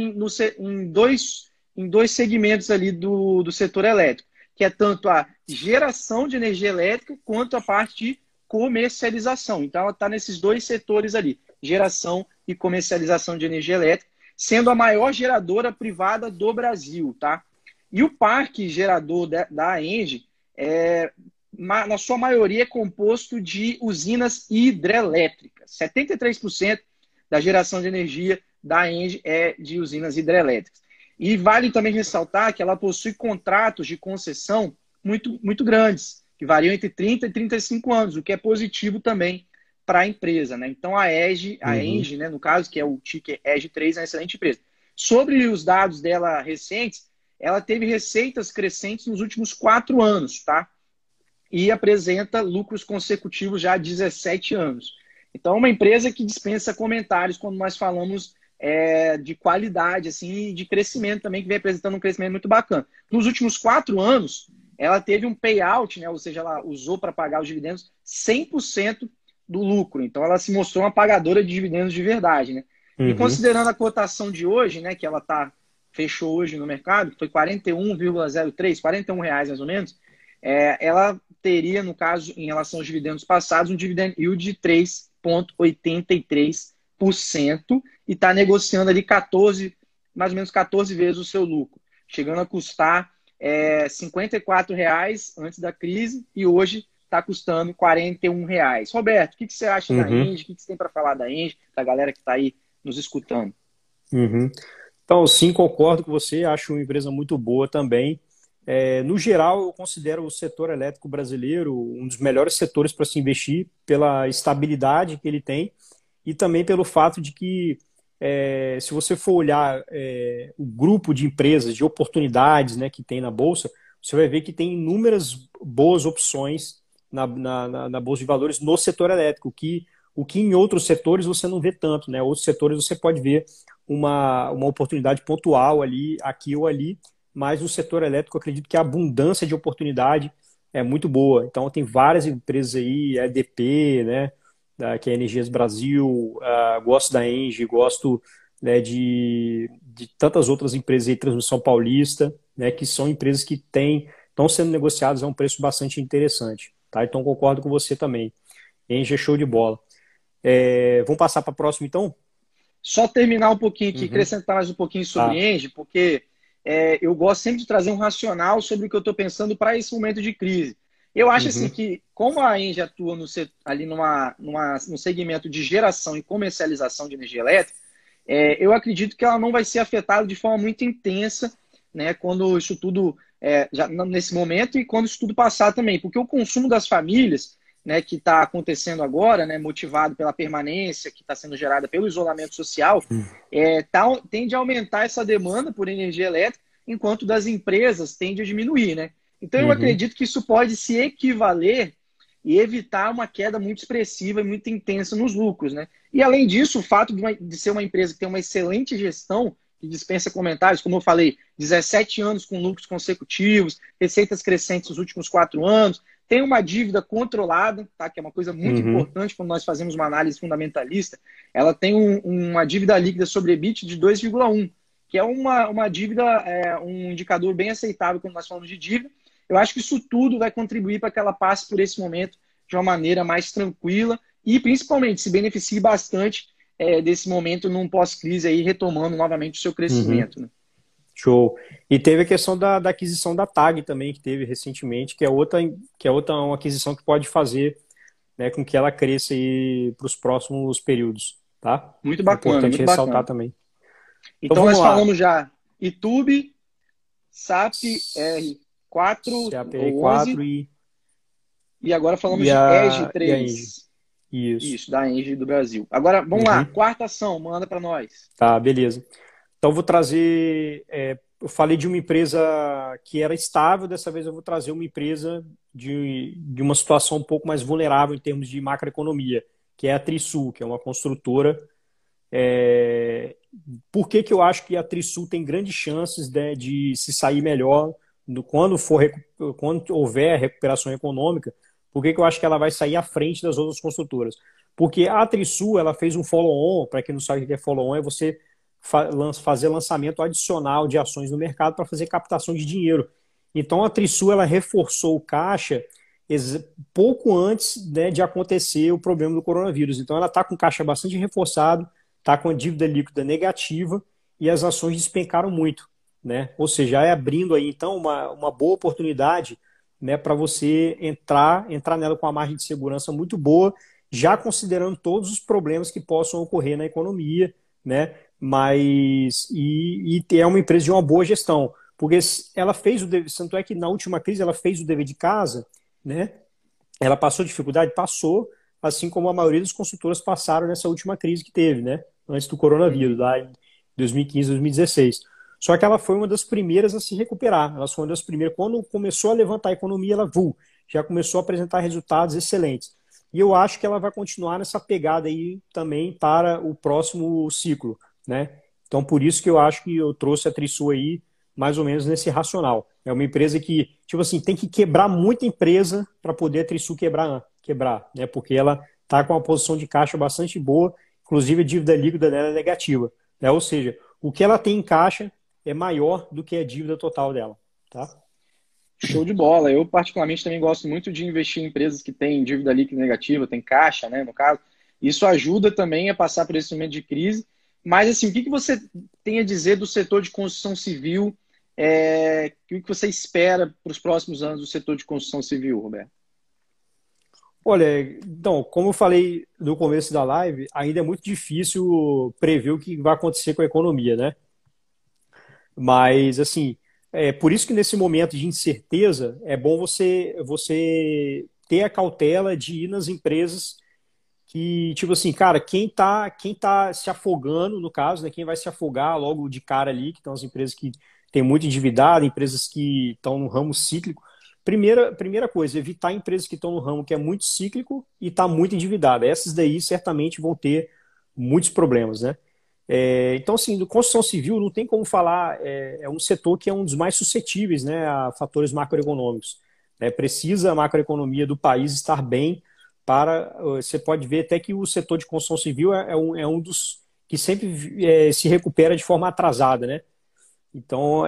em dois segmentos ali do setor elétrico, que é tanto a geração de energia elétrica quanto a parte de comercialização. Então, ela está nesses dois setores ali, geração e comercialização de energia elétrica, sendo a maior geradora privada do Brasil, tá? E o parque gerador da Engie, na sua maioria, é composto de usinas hidrelétricas. 73% da geração de energia da Engie é de usinas hidrelétricas. E vale também ressaltar que ela possui contratos de concessão muito, muito grandes, que variam entre 30 e 35 anos, o que é positivo também para a empresa, né? Então a uhum, Engie, né, no caso, que é o ticker EGE 3, é uma excelente empresa. Sobre os dados dela recentes, ela teve receitas crescentes nos últimos 4 anos, tá? E apresenta lucros consecutivos já há 17 anos. Então, é uma empresa que dispensa comentários quando nós falamos de qualidade, assim, de crescimento também, que vem apresentando um crescimento muito bacana. Nos últimos 4 anos, ela teve um payout, né, ou seja, ela usou para pagar os dividendos 100% do lucro. Então, ela se mostrou uma pagadora de dividendos de verdade, né? E uhum, considerando a cotação de hoje, né, que ela fechou hoje no mercado, que foi 41,03, R$ 41 mais ou menos, ela teria, no caso, em relação aos dividendos passados, um dividend yield de 3,83% e está negociando ali mais ou menos 14 vezes o seu lucro, chegando a custar R$ 54 antes da crise e hoje está custando R$ 41. Roberto, o que você acha da uhum, Engie? O que você tem para falar da Engie, da galera que está aí nos escutando? uhum. Então, sim, concordo com você, acho uma empresa muito boa também. No geral, eu considero o setor elétrico brasileiro um dos melhores setores para se investir pela estabilidade que ele tem e também pelo fato de que, se você for olhar o grupo de empresas, de oportunidades, né, que tem na Bolsa, você vai ver que tem inúmeras boas opções na Bolsa de Valores no setor elétrico, o que em outros setores você não vê tanto, né? Outros setores você pode ver uma oportunidade pontual ali, aqui ou ali, mas no setor elétrico eu acredito que a abundância de oportunidade é muito boa. Então tem várias empresas aí, EDP, né, que é Energias Brasil, gosto da Engie, gosto, né, de tantas outras empresas aí, Transmissão Paulista, né, que são empresas que estão sendo negociadas a um preço bastante interessante. Tá? Então concordo com você também. Engie é show de bola. Vamos passar para a próxima então? Só terminar um pouquinho aqui, Uhum. acrescentar mais um pouquinho sobre Tá. Engie, porque eu gosto sempre de trazer um racional sobre o que eu estou pensando para esse momento de crise. Eu acho assim Uhum. que, como a Engie atua ali no segmento de geração e comercialização de energia elétrica, eu acredito que ela não vai ser afetada de forma muito intensa, né, quando isso tudo, já nesse momento e quando isso tudo passar também, porque o consumo das famílias, né, que está acontecendo agora, né, motivado pela permanência que está sendo gerada pelo isolamento social, tende a aumentar essa demanda por energia elétrica, enquanto das empresas tende a diminuir, né? Então eu Uhum. acredito que isso pode se equivaler e evitar uma queda muito expressiva e muito intensa nos lucros, né? E além disso, o fato de ser uma empresa que tem uma excelente gestão, que dispensa comentários, como eu falei, 17 anos com lucros consecutivos, receitas crescentes nos últimos 4 anos, tem uma dívida controlada, tá? Que é uma coisa muito Uhum. importante quando nós fazemos uma análise fundamentalista. Ela tem uma dívida líquida sobre EBIT de 2,1, que é uma dívida, um indicador bem aceitável quando nós falamos de dívida. Eu acho que isso tudo vai contribuir para que ela passe por esse momento de uma maneira mais tranquila e, principalmente, se beneficie bastante desse momento num pós-crise aí, retomando novamente o seu Uhum. crescimento, né? Show. E teve a questão da aquisição da TAG também, que teve recentemente, que é outra uma aquisição que pode fazer, né, com que ela cresça aí para os próximos períodos, tá? Muito É bacana, importante muito ressaltar bacana. também. Então Então, vamos nós lá. falamos já YouTube, SAP R4 CAPR ou 4 11 e agora falamos e de Edge a Engie. 3. Isso. Isso, da Engie do Brasil. Agora, vamos lá, Uhum. quarta ação, manda para nós. Tá, beleza. Então vou trazer. Eu falei de uma empresa que era estável, dessa vez eu vou trazer uma empresa de uma situação um pouco mais vulnerável em termos de macroeconomia, que é a Trisul, que é uma construtora. É, Por que que eu acho que a Trisul tem grandes chances, né, de se sair melhor quando houver recuperação econômica? Por que que eu acho que ela vai sair à frente das outras construtoras? Porque a Trisul ela fez um follow-on. Para quem não sabe o que é follow-on, é você fazer lançamento adicional de ações no mercado para fazer captação de dinheiro. Então a Trisul ela reforçou o caixa pouco antes, né, de acontecer o problema do coronavírus. Então ela está com o caixa bastante reforçado, está com a dívida líquida negativa e as ações despencaram muito, né? Ou seja, já é abrindo aí então uma boa oportunidade, né, para você entrar nela com uma margem de segurança muito boa, já considerando todos os problemas que possam ocorrer na economia, né? Mas e é uma empresa de uma boa gestão, porque ela fez o dever, tanto é que na última crise ela fez o dever de casa, né? Ela passou dificuldade, passou, assim como a maioria das consultoras passaram nessa última crise que teve, né? Antes do coronavírus, Uhum. lá em 2015, 2016. Só que ela foi uma das primeiras a se recuperar. Ela foi uma das primeiras. Quando começou a levantar a economia, ela já começou a apresentar resultados excelentes. E eu acho que ela vai continuar nessa pegada aí também para o próximo ciclo, né? Então, por isso que eu acho que eu trouxe a Trisul aí mais ou menos nesse racional. É uma empresa que, tipo assim, tem que quebrar muita empresa para poder a Trisul quebrar, né? Porque ela está com uma posição de caixa bastante boa, inclusive a dívida líquida dela é negativa, né? Ou seja, o que ela tem em caixa é maior do que a dívida total dela, tá? Show de bola. Eu, particularmente, também gosto muito de investir em empresas que têm dívida líquida negativa, tem caixa, né, no caso. Isso ajuda também a passar por esse momento de crise. Mas, assim, o que você tem a dizer do setor de construção civil? O que você espera para os próximos anos do setor de construção civil, Roberto? Olha, então, como eu falei no começo da live, ainda é muito difícil prever o que vai acontecer com a economia, né? Mas, assim, por isso que nesse momento de incerteza é bom você ter a cautela de ir nas empresas que, tipo assim, cara, quem tá se afogando, no caso, né, quem vai se afogar logo de cara ali, que estão as empresas que têm muito endividado, empresas que estão no ramo cíclico. Primeira coisa, evitar empresas que estão no ramo que é muito cíclico e está muito endividada. Essas daí certamente vão ter muitos problemas, né? Então, assim, do construção civil não tem como falar, é um setor que é um dos mais suscetíveis, né, a fatores macroeconômicos. Precisa a macroeconomia do país estar bem para. Você pode ver até que o setor de construção civil é um dos que sempre se recupera de forma atrasada, né? Então,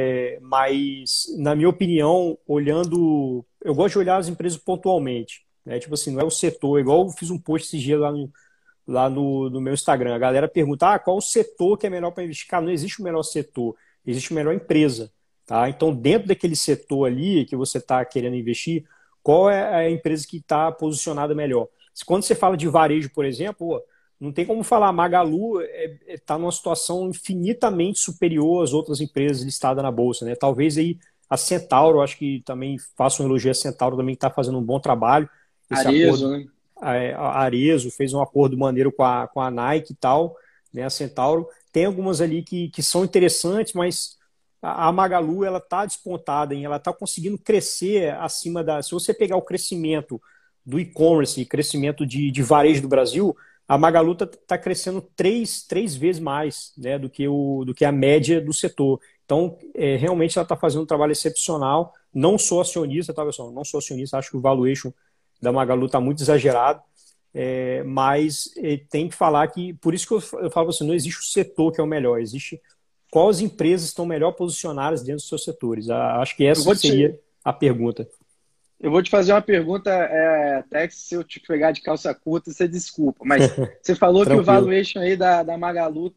mas, na minha opinião, olhando. Eu gosto de olhar as empresas pontualmente, né? Tipo assim, não é o setor, igual eu fiz um post esse dia lá no meu Instagram. A galera pergunta: qual o setor que é melhor para investir? Cara, não existe o melhor setor, existe a melhor empresa. Tá? Então, dentro daquele setor ali que você está querendo investir, qual é a empresa que está posicionada melhor? Quando você fala de varejo, por exemplo, não tem como falar. A Magalu está numa situação infinitamente superior às outras empresas listadas na Bolsa. Né? Talvez aí a Centauro, acho que também faço um elogio a Centauro, também está fazendo um bom trabalho. Esse Arezo, acordo né? a Arezzo fez um acordo maneiro com a Nike e tal, né, a Centauro. Tem algumas ali que são interessantes, mas a Magalu ela está despontada, ela está conseguindo crescer acima da. Se você pegar o crescimento do e-commerce e crescimento de varejo do Brasil, a Magalu está crescendo três vezes mais, né, do que a média do setor. Então, realmente ela está fazendo um trabalho excepcional. Não sou acionista, tá, pessoal? Não sou acionista, acho que o valuation da Magalu está muito exagerado. Mas tem que falar que, por isso que eu falo assim, não existe o setor que é o melhor, existe quais empresas estão melhor posicionadas dentro dos seus setores. Acho que Eu essa vou seria te, a pergunta. eu vou te fazer uma pergunta, até que se eu te pegar de calça curta, você desculpa, mas você falou que o Tranquilo. valuation aí da Magalu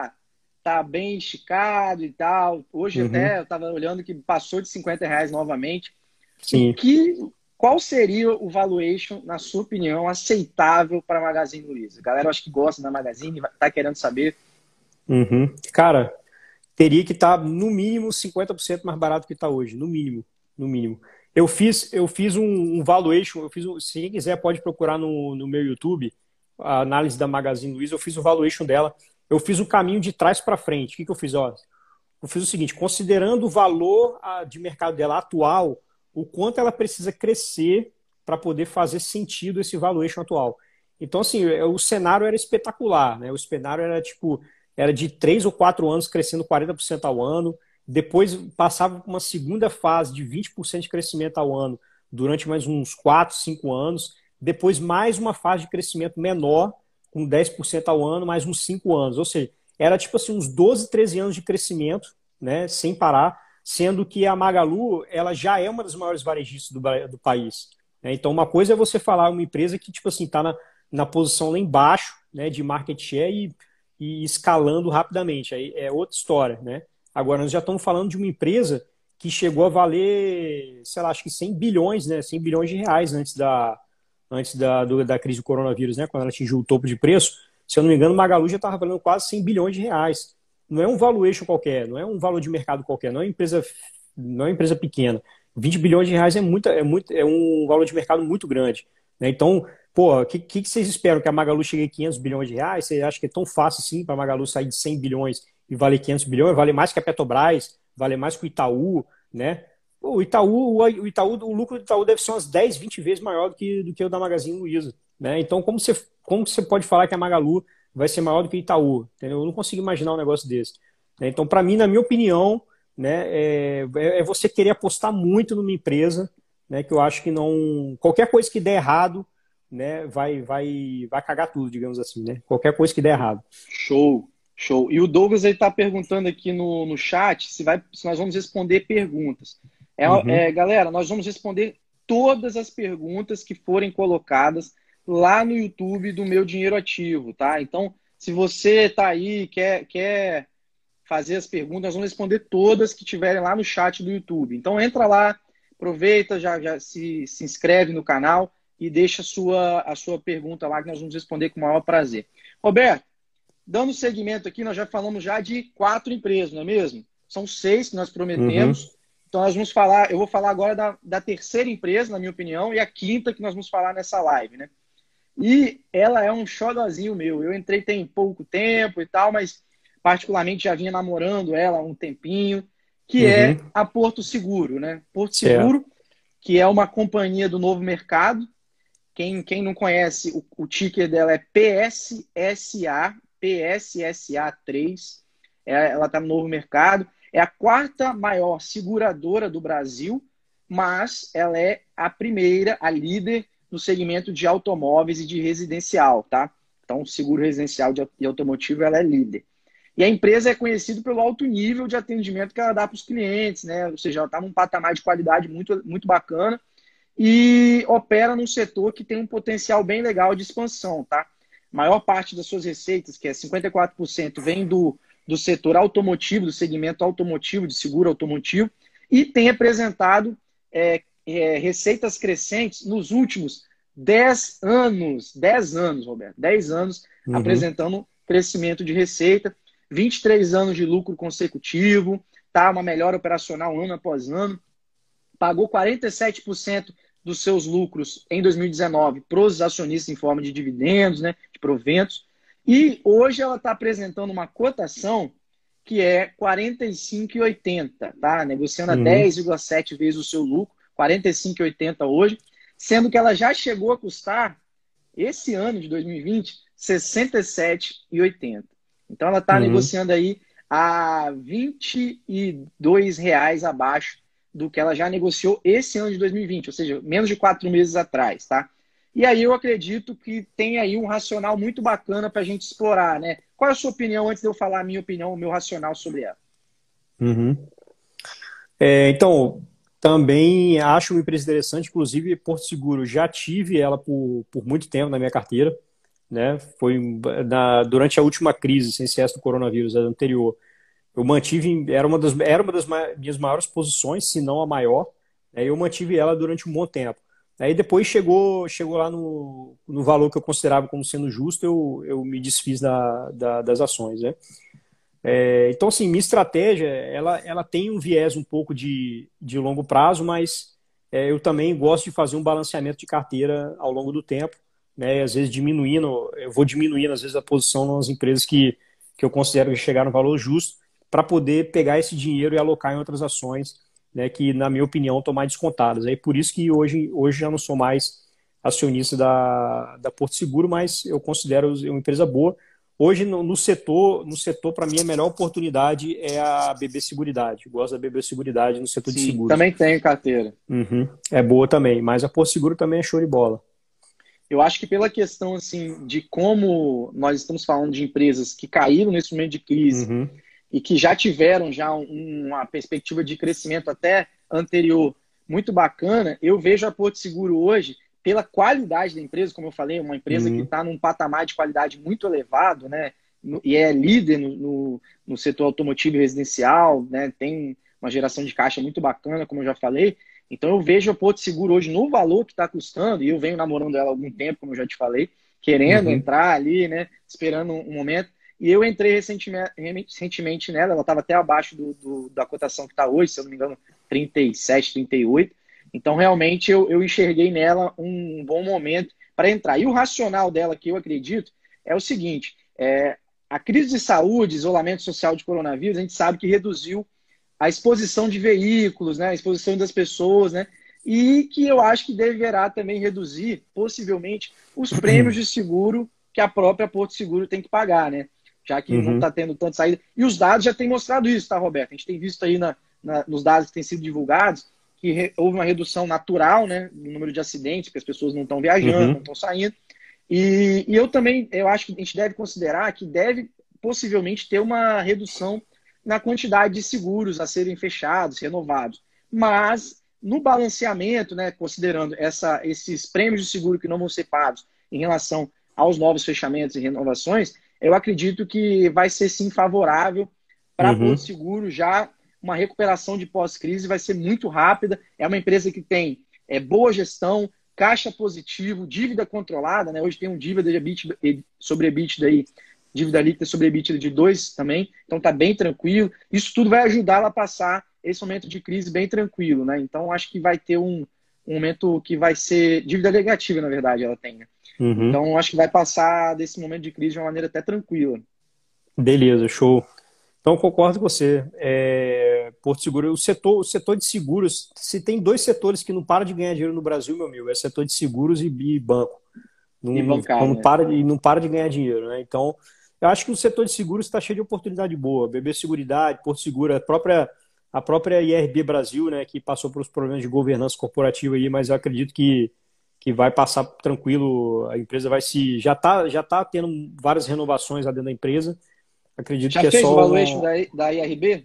tá bem esticado e tal. Hoje até Uhum. eu estava olhando que passou de R$ 50 novamente. O Sim. que, qual seria o valuation, na sua opinião, aceitável para a Magazine Luiza? A galera, eu acho que gosta da Magazine, tá querendo saber. Uhum. Cara, teria que estar no mínimo 50% mais barato que está hoje, no mínimo, no mínimo. Eu fiz um valuation, se quem quiser pode procurar no meu YouTube, a análise da Magazine Luiza, eu fiz o valuation dela, eu fiz o caminho de trás para frente. O que eu fiz? Ó, eu fiz o seguinte, considerando o valor de mercado dela atual, o quanto ela precisa crescer para poder fazer sentido esse valuation atual. Então, assim, o cenário era espetacular, né? O cenário era tipo, era de 3 ou 4 anos crescendo 40% ao ano, depois passava por uma segunda fase de 20% de crescimento ao ano durante mais uns 4, 5 anos, depois mais uma fase de crescimento menor, com 10% ao ano, mais uns 5 anos. Ou seja, era tipo assim, uns 12, 13 anos de crescimento, né, sem parar, sendo que a Magalu ela já é uma das maiores varejistas do país. Né? Então, uma coisa é você falar uma empresa que tipo assim está na posição lá embaixo, né, de market share e escalando rapidamente. Aí é outra história, né? Agora, nós já estamos falando de uma empresa que chegou a valer, sei lá, acho que 100 bilhões, né? 100 bilhões de reais antes da crise do coronavírus, né? Quando ela atingiu o topo de preço. Se eu não me engano, o Magalu já estava valendo quase 100 bilhões de reais. Não é um valuation qualquer, não é um valor de mercado qualquer, não é uma empresa pequena. 20 bilhões de reais é um valor de mercado muito grande. Né? Então, pô, o que vocês esperam? Que a Magalu chegue a 500 bilhões de reais? Você acha que é tão fácil assim para a Magalu sair de 100 bilhões e valer 500 bilhões? Vale mais que a Petrobras, vale mais que o Itaú, né? Pô, o lucro do Itaú deve ser umas 10, 20 vezes maior do que o da Magazine Luiza. Né? Então, como você pode falar que a Magalu vai ser maior do que o Itaú? Entendeu? Eu não consigo imaginar um negócio desse. Né? Então, para mim, na minha opinião, né, é você querer apostar muito numa empresa, né, que eu acho que não. Qualquer coisa que der errado, né, vai cagar tudo, digamos assim. Né? Qualquer coisa que der errado. Show, show. E o Douglas está perguntando aqui no chat se nós vamos responder perguntas. Uhum. Galera, nós vamos responder todas as perguntas que forem colocadas lá no YouTube do Meu Dinheiro Ativo, tá? Então, se você está aí, quer fazer as perguntas, nós vamos responder todas que tiverem lá no chat do YouTube. Então, entra lá, aproveita, já se inscreve no canal e deixa a sua pergunta lá que nós vamos responder com o maior prazer. Roberto, dando seguimento aqui, nós já falamos já de 4 empresas, não é mesmo? São 6 que nós Uhum. prometemos. Então, nós vamos falar, eu vou falar agora da terceira empresa, na minha opinião, e a quinta que nós vamos falar nessa live, né? E ela é um xodozinho meu. Eu entrei tem pouco tempo e tal, mas particularmente já vinha namorando ela há um tempinho, que é Uhum. a Porto Seguro, né? Porto Certo. Seguro, que é uma companhia do novo mercado. Quem não conhece, o ticker dela é PSSA3. Ela está no novo mercado. É a quarta maior seguradora do Brasil, mas ela é a primeira, a líder no segmento de automóveis e de residencial, tá? Então, seguro residencial e automotivo, ela é líder. E a empresa é conhecida pelo alto nível de atendimento que ela dá para os clientes, né? Ou seja, ela está num patamar de qualidade muito, muito bacana e opera num setor que tem um potencial bem legal de expansão, tá? A maior parte das suas receitas, que é 54%, vem do setor automotivo, do segmento automotivo, de seguro automotivo, e tem apresentado receitas crescentes nos últimos 10 anos. 10 anos, Roberto. 10 anos Uhum. apresentando crescimento de receita, 23 anos de lucro consecutivo, tá? Uma melhora operacional ano após ano. Pagou 47% dos seus lucros em 2019 para os acionistas em forma de dividendos, né, de proventos. E hoje ela está apresentando uma cotação que é 45,80, tá? Negociando a Uhum. 10,7 vezes o seu lucro, 45,80 hoje, sendo que ela já chegou a custar, esse ano de 2020, 67,80. Então ela está Uhum. negociando aí a R$ 22 abaixo do que ela já negociou esse ano de 2020, ou seja, menos de 4 meses atrás, tá? E aí eu acredito que tem aí um racional muito bacana para a gente explorar, né? Qual é a sua opinião, antes de eu falar a minha opinião, o meu racional sobre ela? Uhum. Então, também acho uma empresa interessante, inclusive Porto Seguro, já tive ela por muito tempo na minha carteira, né? Foi durante a última crise, sem ser essa do coronavírus, a anterior. Eu mantive, era uma das minhas maiores posições, se não a maior, né? Eu mantive ela durante um bom tempo. Aí depois chegou lá no valor que eu considerava como sendo justo, eu me desfiz das ações, né? Então, assim, minha estratégia, ela tem um viés um pouco de longo prazo, mas eu também gosto de fazer um balanceamento de carteira ao longo do tempo, né? E às vezes eu vou diminuindo, às vezes, a posição nas empresas que eu considero que chegaram no valor justo, para poder pegar esse dinheiro e alocar em outras ações, né? Que, na minha opinião, estão mais descontadas. Aí por isso que hoje já não sou mais acionista da Porto Seguro, mas eu considero uma empresa boa. Hoje, no setor para mim, a melhor oportunidade é a BB Seguridade. Eu gosto da BB Seguridade no setor de Sim, seguros. também tenho carteira. Uhum. É boa também, mas a Porto Seguro também é show de bola. Eu acho que pela questão assim de como nós estamos falando de empresas que caíram nesse momento de crise Uhum. e que já tiveram uma perspectiva de crescimento até anterior muito bacana, eu vejo a Porto Seguro hoje, pela qualidade da empresa, como eu falei, uma empresa que Uhum. está num patamar de qualidade muito elevado, né? E é líder no setor automotivo e residencial, né? Tem uma geração de caixa muito bacana, como eu já falei. Então eu vejo a Porto Seguro hoje no valor que está custando, e eu venho namorando ela há algum tempo, como eu já te falei, querendo Uhum. entrar ali, né? Esperando um momento. E eu entrei recentemente nela, ela estava até abaixo da cotação que está hoje, se eu não me engano, 37, 38. Então, realmente, eu enxerguei nela um bom momento para entrar. E o racional dela, que eu acredito, é o seguinte: a crise de saúde, isolamento social de coronavírus, a gente sabe que reduziu a exposição de veículos, né, a exposição das pessoas, né, e que eu acho que deverá também reduzir, possivelmente, os prêmios de seguro que a própria Porto Seguro tem que pagar, né? Já que não Uhum. está tendo tanta saída. E os dados já têm mostrado isso, tá, Roberto? A gente tem visto aí nos dados que têm sido divulgados que houve uma redução natural, né, no número de acidentes, porque as pessoas não estão viajando, não Uhum. estão saindo. E eu acho que a gente deve considerar que deve possivelmente ter uma redução na quantidade de seguros a serem fechados, renovados. Mas no balanceamento, né, considerando esses prêmios de seguro que não vão ser pagos em relação aos novos fechamentos e renovações, eu acredito que vai ser sim favorável para Uhum. Porto Seguro. Já uma recuperação de pós-crise vai ser muito rápida. É uma empresa que tem boa gestão, caixa positivo, dívida controlada, né? Hoje tem um dívida de EBITDA, sobre EBITDA aí, dívida líquida sobre EBITDA de 2 também, então está bem tranquilo. Isso tudo vai ajudar ela a passar esse momento de crise bem tranquilo, né? Então acho que vai ter um momento que vai ser dívida negativa, na verdade, ela tem, né? Uhum. Então acho que vai passar desse momento de crise de uma maneira até tranquila. Beleza, show. Então, concordo com você. Porto Seguro, o setor de seguros, se tem dois setores que não param de ganhar dinheiro no Brasil, meu amigo, é setor de seguros e banco. E Não bancário, né? para, e não para de ganhar dinheiro, né? Então, eu acho que o setor de seguros está cheio de oportunidade boa. BB Seguridade, Porto Seguro, a própria IRB Brasil, né, que passou por os problemas de governança corporativa aí, mas eu acredito que vai passar tranquilo. A empresa já tá tendo várias renovações lá dentro da empresa. Acredito Já que é fez o só valuation uma. da IRB?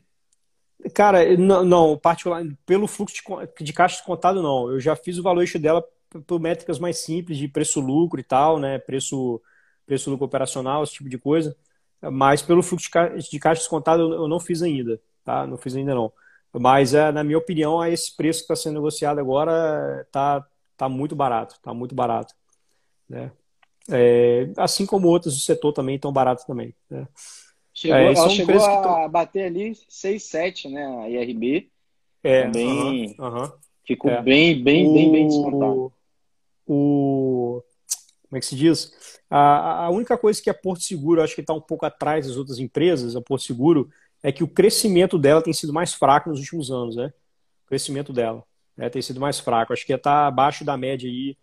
Cara, não, não, particular, pelo fluxo de caixa descontado, não. Eu já fiz o valuation dela por métricas mais simples, de preço-lucro e tal, né? Preço-lucro operacional, esse tipo de coisa. Mas pelo fluxo de caixa descontado, eu não fiz ainda, tá? Não fiz ainda não. Mas, na minha opinião, esse preço que está sendo negociado agora tá muito barato, tá muito barato, né? Assim como outros do setor também estão baratos também, né? E Ela são chegou empresas que estão. a bater ali 6,7, né? A IRB Aham, também aham. ficou É. bem descontado. O, o, como é que se diz? A única coisa que a Porto Seguro, acho que está um pouco atrás das outras empresas, a Porto Seguro, é que o crescimento dela tem sido mais fraco nos últimos anos, né? O crescimento dela, né, tem sido mais fraco. Acho que está abaixo da média aí.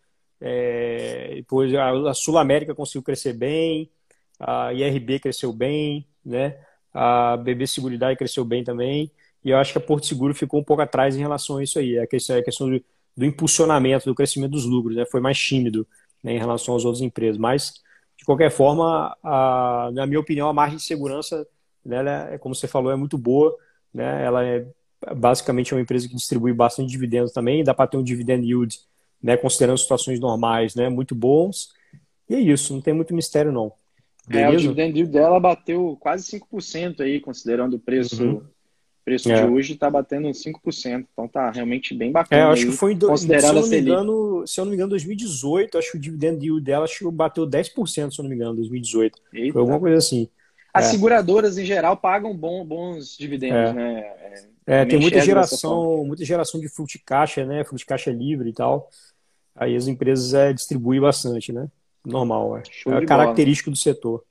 Depois a Sul América conseguiu crescer bem, a IRB cresceu bem, né? A BB Seguridade cresceu bem também. E eu acho que a Porto Seguro ficou um pouco atrás em relação a isso aí. A questão do impulsionamento, do crescimento dos lucros, né? Foi mais tímido, né, em relação às outras empresas. Mas, de qualquer forma, na minha opinião, a margem de segurança dela, como você falou, é muito boa, né? Ela é basicamente uma empresa que distribui bastante dividendos também. Dá para ter um dividend yield, né, considerando situações normais, né, muito bons. E é isso, não tem muito mistério não. O Beleza? dividend yield dela bateu quase 5% aí, considerando o Uhum. preço de É. hoje, está batendo uns 5%. Então tá realmente bem bacana Acho que aí, foi, considerando a Selic. se eu não me engano, 2018, acho que o dividend yield dela bateu 10%, se eu não me engano, 2018. Foi alguma Eita. coisa assim. As É, seguradoras, em geral, pagam bons dividendos, é. né? Tem Também enxergo dessa forma. muita geração de fluxo de caixa, né? Fluxo de caixa livre e tal. Aí as empresas distribuem bastante, né? Normal, é. Show É de bola. característico do setor.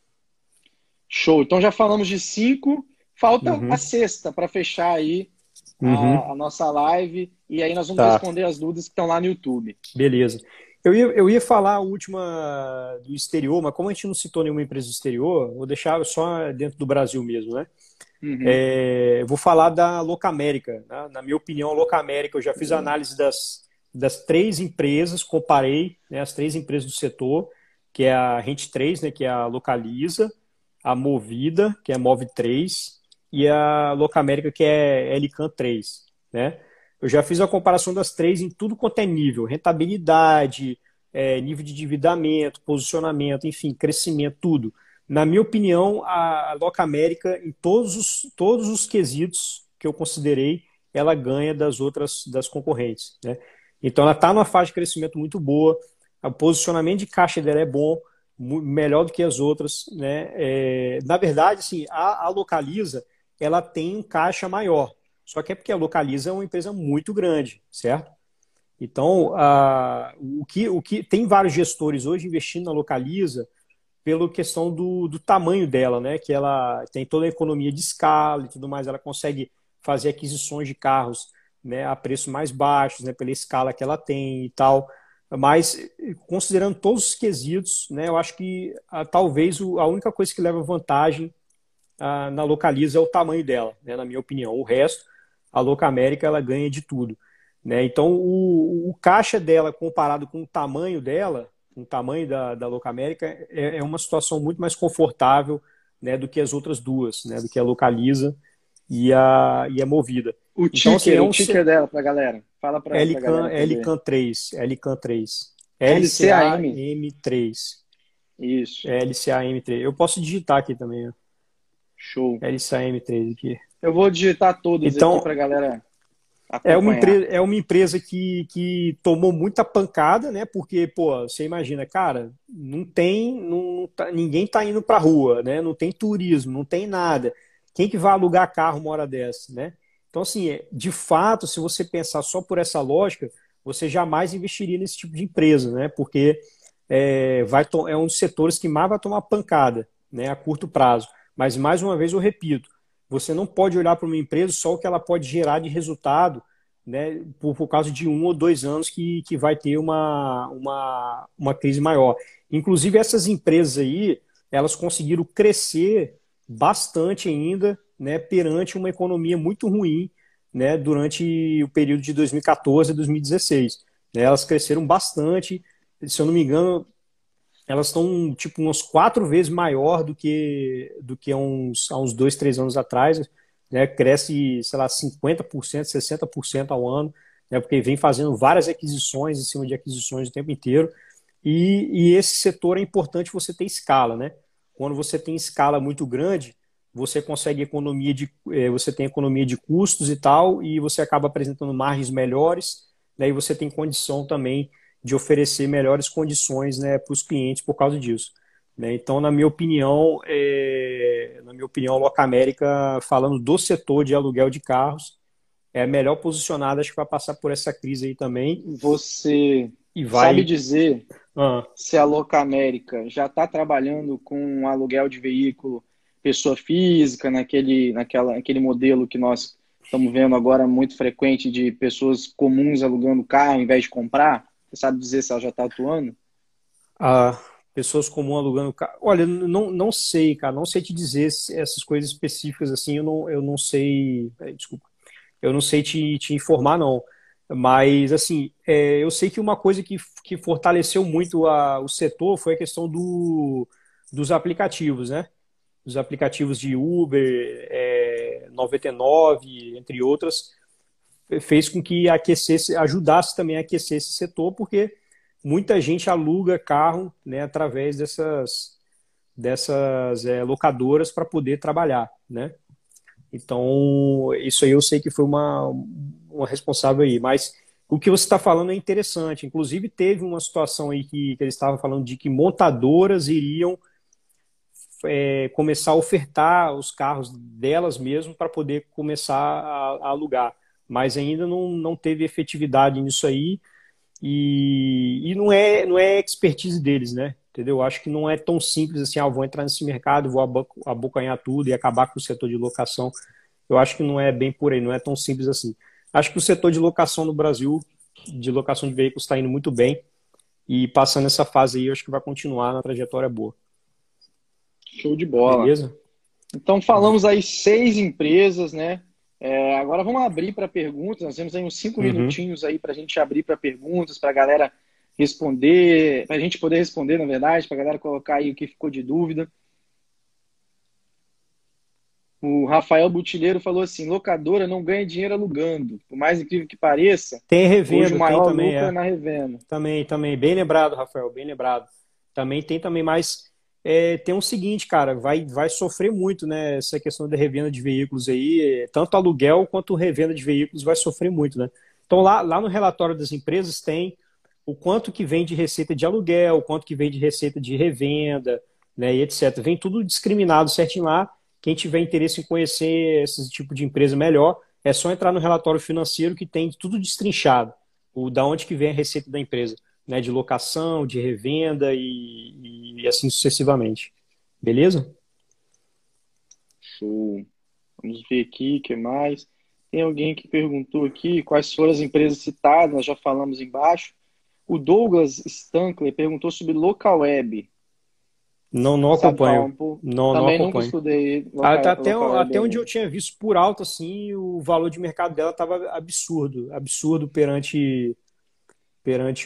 Show. Então já falamos de 5, falta a Uhum. sexta para fechar aí Uhum. a nossa live. E aí nós vamos Tá. responder as dúvidas que estão lá no YouTube. Beleza. Eu ia falar a última do exterior, mas como a gente não citou nenhuma empresa do exterior, vou deixar só dentro do Brasil mesmo, né? Uhum. Vou falar da Locamérica, né? Na minha opinião, a Locamérica, eu já fiz a análise das três empresas, comparei, né, as três empresas do setor, que é a Rente 3, né, que é a Localiza, a Movida, que é a Move 3, e a Locamérica, que é a Elican 3, né? Eu já fiz a comparação das três em tudo quanto é nível, rentabilidade, nível de endividamento, posicionamento, enfim, crescimento, tudo. Na minha opinião, a Locamérica, em todos os quesitos que eu considerei, ela ganha das concorrentes, né? Então, ela está numa fase de crescimento muito boa, o posicionamento de caixa dela é bom, melhor do que as outras, né? Na verdade, assim, a Localiza, ela tem um caixa maior, só que é porque a Localiza é uma empresa muito grande, certo? Então, o que tem vários gestores hoje investindo na Localiza pela questão do tamanho dela, né? Que ela tem toda a economia de escala e tudo mais, ela consegue fazer aquisições de carros, né, a preços mais baixos, né, pela escala que ela tem e tal. Mas, considerando todos os quesitos, né, eu acho que talvez a única coisa que leva vantagem na Localiza é o tamanho dela, né, na minha opinião. O resto, a Locamérica, ela ganha de tudo, né? Então, o caixa dela comparado com o tamanho dela, com o tamanho da Locamérica, é uma situação muito mais confortável, né, do que as outras duas, né, do que a Localiza e a Movida. Então, assim, O ticker dela para a galera. Fala para a galera poder. Elican 3, Elican 3, LCAM. LCAM3, Isso. LCAM3. Eu posso digitar aqui também, ó. Show. LCAM3 aqui. Eu vou digitar todas aqui Então, para a galera É uma acompanhar. empresa, é uma empresa que tomou muita pancada, né? Porque, pô, você imagina, cara, ninguém tá indo pra rua, né? Não tem turismo, não tem nada. Quem que vai alugar carro uma hora dessa, né? Então, assim, de fato, se você pensar só por essa lógica, você jamais investiria nesse tipo de empresa, né? Porque é um dos setores que mais vai tomar pancada, né? A curto prazo. Mas, mais uma vez, eu repito, você não pode olhar para uma empresa só o que ela pode gerar de resultado, né, por causa de 1 ou 2 anos que vai ter uma crise maior. Inclusive, essas empresas aí, elas conseguiram crescer bastante ainda, né, perante uma economia muito ruim, né, durante o período de 2014 a 2016. Né, elas cresceram bastante, se eu não me engano, elas estão tipo umas 4 vezes maior do que há uns 2, 3 anos atrás, né? Cresce, sei lá, 50%, 60% ao ano, né? Porque vem fazendo várias aquisições em cima de aquisições o tempo inteiro. E esse setor é importante você ter escala, né? Quando você tem escala muito grande, você tem economia de custos e tal, e você acaba apresentando margens melhores, daí você tem condição também de oferecer melhores condições, né, para os clientes por causa disso. Né? Então, na minha opinião, a Locamérica, falando do setor de aluguel de carros, é a melhor posicionada, acho que vai passar por essa crise aí também Você e sabe vai. dizer Ah, se a Locamérica já está trabalhando com aluguel de veículo pessoa física, naquele modelo que nós estamos vendo agora muito frequente de pessoas comuns alugando carro ao invés de comprar? Você sabe dizer se ela já está atuando? Ah, pessoas comuns alugando carro. Olha, não sei, cara, não sei te dizer essas coisas específicas assim, eu não sei. Desculpa. Eu não sei te informar, não. Mas, assim, eu sei que uma coisa que fortaleceu muito o setor foi a questão dos aplicativos, né? Dos aplicativos de Uber, 99, entre outras, fez com que aquecesse, ajudasse também a aquecer esse setor, porque muita gente aluga carro, né, através dessas locadoras para poder trabalhar, né? Então, isso aí eu sei que foi uma responsável aí. Mas o que você está falando é interessante. Inclusive, teve uma situação aí que eles estavam falando de que montadoras iriam começar a ofertar os carros delas mesmo para poder começar a alugar. Mas ainda não teve efetividade nisso aí e não é expertise deles, né? Entendeu? Eu acho que não é tão simples assim, vou entrar nesse mercado, vou abocanhar tudo e acabar com o setor de locação. Eu acho que não é bem por aí, não é tão simples assim. Acho que o setor de locação no Brasil, de locação de veículos, está indo muito bem e passando essa fase aí, eu acho que vai continuar na trajetória boa. Show de bola. Beleza? Então, falamos aí 6 empresas, né? Agora vamos abrir para perguntas. Nós temos aí uns 5 Uhum. minutinhos aí para a gente abrir para perguntas, para a galera responder, para a gente poder responder, na verdade, para a galera colocar aí o que ficou de dúvida. O Rafael Butileiro falou assim: locadora não ganha dinheiro alugando. Por mais incrível que pareça, Tem hoje o revenda, tem maior também, lucro é na revenda. Também. Bem lembrado, Rafael, bem lembrado. Também tem também, mas tem o seguinte, cara, vai sofrer muito, né? Essa questão da revenda de veículos aí, tanto aluguel quanto revenda de veículos vai sofrer muito, né? Então lá no relatório das empresas tem o quanto que vem de receita de aluguel, o quanto que vem de receita de revenda, né, e etc. Vem tudo discriminado certinho lá. Quem tiver interesse em conhecer esse tipo de empresa melhor, é só entrar no relatório financeiro que tem tudo destrinchado, da onde que vem a receita da empresa, né, de locação, de revenda e assim sucessivamente. Beleza? Show. Vamos ver aqui, o que mais? Tem alguém que perguntou aqui quais foram as empresas citadas, nós já falamos embaixo. O Douglas Stankler perguntou sobre Localweb. Não Sabe falar acompanho. um pouco? Não Também nunca acompanho. estudei Até Localweb onde eu ainda. tinha visto por alto, assim, o valor de mercado dela estava absurdo perante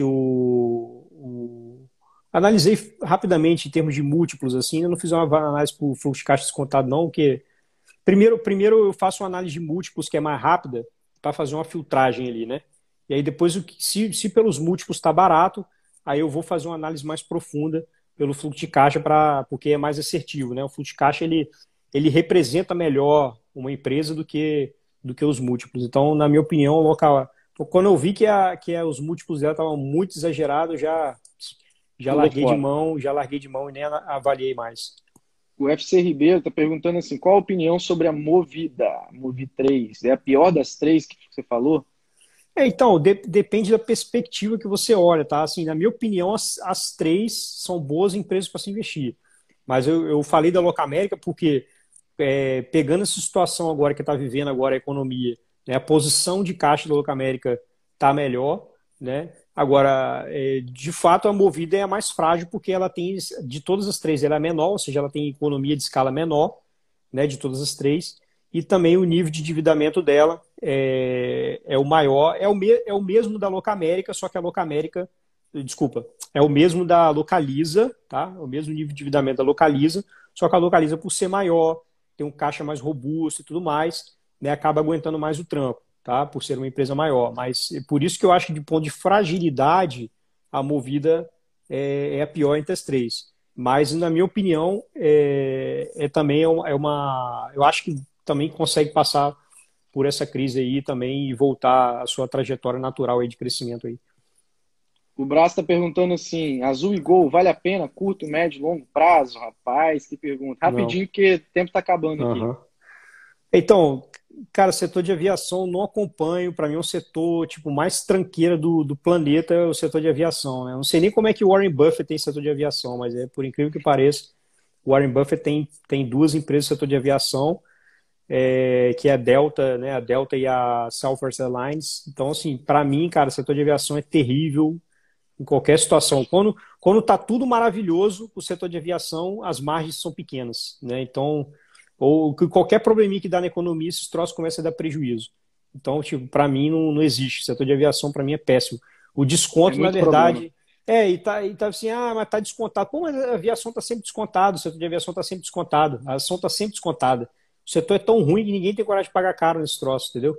Analisei rapidamente em termos de múltiplos, assim, eu não fiz uma análise por fluxo de caixa descontado, não, porque primeiro eu faço uma análise de múltiplos que é mais rápida para fazer uma filtragem ali, né? E aí depois, se pelos múltiplos está barato, aí eu vou fazer uma análise mais profunda pelo fluxo de caixa, porque é mais assertivo, né? O fluxo de caixa, ele representa melhor uma empresa do que os múltiplos. Então, na minha opinião, o local. Quando eu vi que os múltiplos dela estavam muito exagerados, Pulou fora. já larguei de mão e nem avaliei mais. O FC Ribeiro está perguntando assim, qual a opinião sobre a Movida, Movi 3? É a pior das três que você falou? Então, depende da perspectiva que você olha, tá? Assim, na minha opinião, as três são boas empresas para se investir. Mas eu falei da Locamérica porque, pegando essa situação agora que está vivendo agora a economia, né, a posição de caixa da Locamérica está melhor, né? Agora, de fato, a Movida é a mais frágil porque ela tem, de todas as três, ela é menor, ou seja, ela tem economia de escala menor, né, de todas as três, e também o nível de endividamento dela é o maior, é o mesmo da Locamérica, só que a Locamérica, desculpa, é o mesmo da Localiza, tá? É o mesmo nível de endividamento da Localiza, só que a Localiza, por ser maior, tem um caixa mais robusto e tudo mais, né, acaba aguentando mais o tranco, tá? Por ser uma empresa maior. Mas por isso que eu acho que, de ponto de fragilidade, a Movida é a pior entre as três. Mas, na minha opinião, também eu acho que também consegue passar por essa crise aí também e voltar à sua trajetória natural aí de crescimento aí. O Brás está perguntando assim, Azul e Gol, vale a pena? Curto, médio, longo prazo? Rapaz, que pergunta. Não. Rapidinho, porque o tempo está acabando aqui. Uhum. Então, cara, setor de aviação não acompanho. Para mim é um setor tipo mais tranqueira do planeta, é o setor de aviação, né? Eu não sei nem como é que o Warren Buffett tem setor de aviação, mas por incrível que pareça, o Warren Buffett tem duas empresas do setor de aviação, que é a Delta, né? A Delta e a Southwest Airlines. Então, assim, para mim, cara, o setor de aviação é terrível em qualquer situação. Quando tá tudo maravilhoso, o setor de aviação, as margens são pequenas, né? Então, ou qualquer probleminha que dá na economia, esses troços começam a dar prejuízo. Então, tipo, para mim não existe. O setor de aviação para mim é péssimo. O É desconto, na muito problema. verdade, e tá assim, mas tá descontado. Pô, mas a aviação tá sempre descontado, o setor de aviação tá sempre descontado, a ação tá sempre descontada. O setor é tão ruim que ninguém tem coragem de pagar caro nesse troço, entendeu?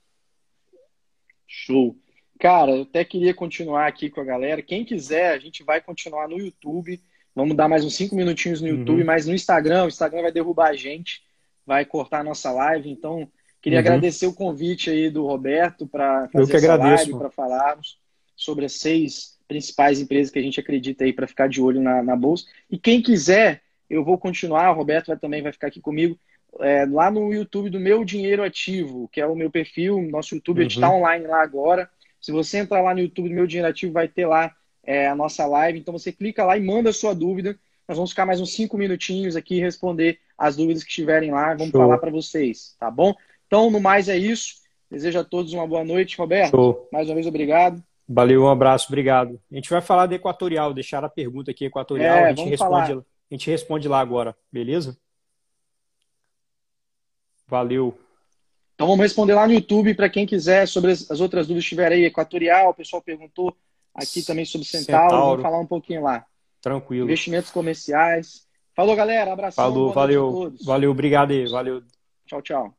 Show. Cara, eu até queria continuar aqui com a galera. Quem quiser, a gente vai continuar no YouTube. Vamos dar mais uns 5 minutinhos no YouTube, Uhum, mas no Instagram, o Instagram vai derrubar a gente, vai cortar a nossa live. Então, queria uhum. agradecer o convite aí do Roberto para Eu fazer que essa agradeço, live, mano. para falarmos sobre as 6 principais empresas que a gente acredita aí para ficar de olho na Bolsa. E quem quiser, eu vou continuar, o Roberto também vai ficar aqui comigo, lá no YouTube do Meu Dinheiro Ativo, que é o meu perfil, nosso YouTube, a gente está Uhum. online lá agora. Se você entrar lá no YouTube do Meu Dinheiro Ativo, vai ter lá a nossa live. Então você clica lá e manda a sua dúvida. Nós vamos ficar mais uns 5 minutinhos aqui e responder as dúvidas que estiverem lá. Vamos falar Show, para vocês, tá bom? Então, no mais é isso. Desejo a todos uma boa noite, Roberto. show. Mais uma vez, obrigado. Valeu, um abraço, obrigado. A gente vai falar da Equatorial, deixar a pergunta aqui, Equatorial, Vamos falar. a gente responde lá agora, beleza? Valeu. Então, vamos responder lá no YouTube para quem quiser sobre as outras dúvidas que tiverem aí. Equatorial, o pessoal perguntou aqui também sobre Centauro. Vamos Centauro, falar um pouquinho lá. tranquilo. Investimentos comerciais. Falou, galera. Abração. Falou, Boa noite a valeu, todos. valeu, obrigado aí, valeu. Tchau, tchau.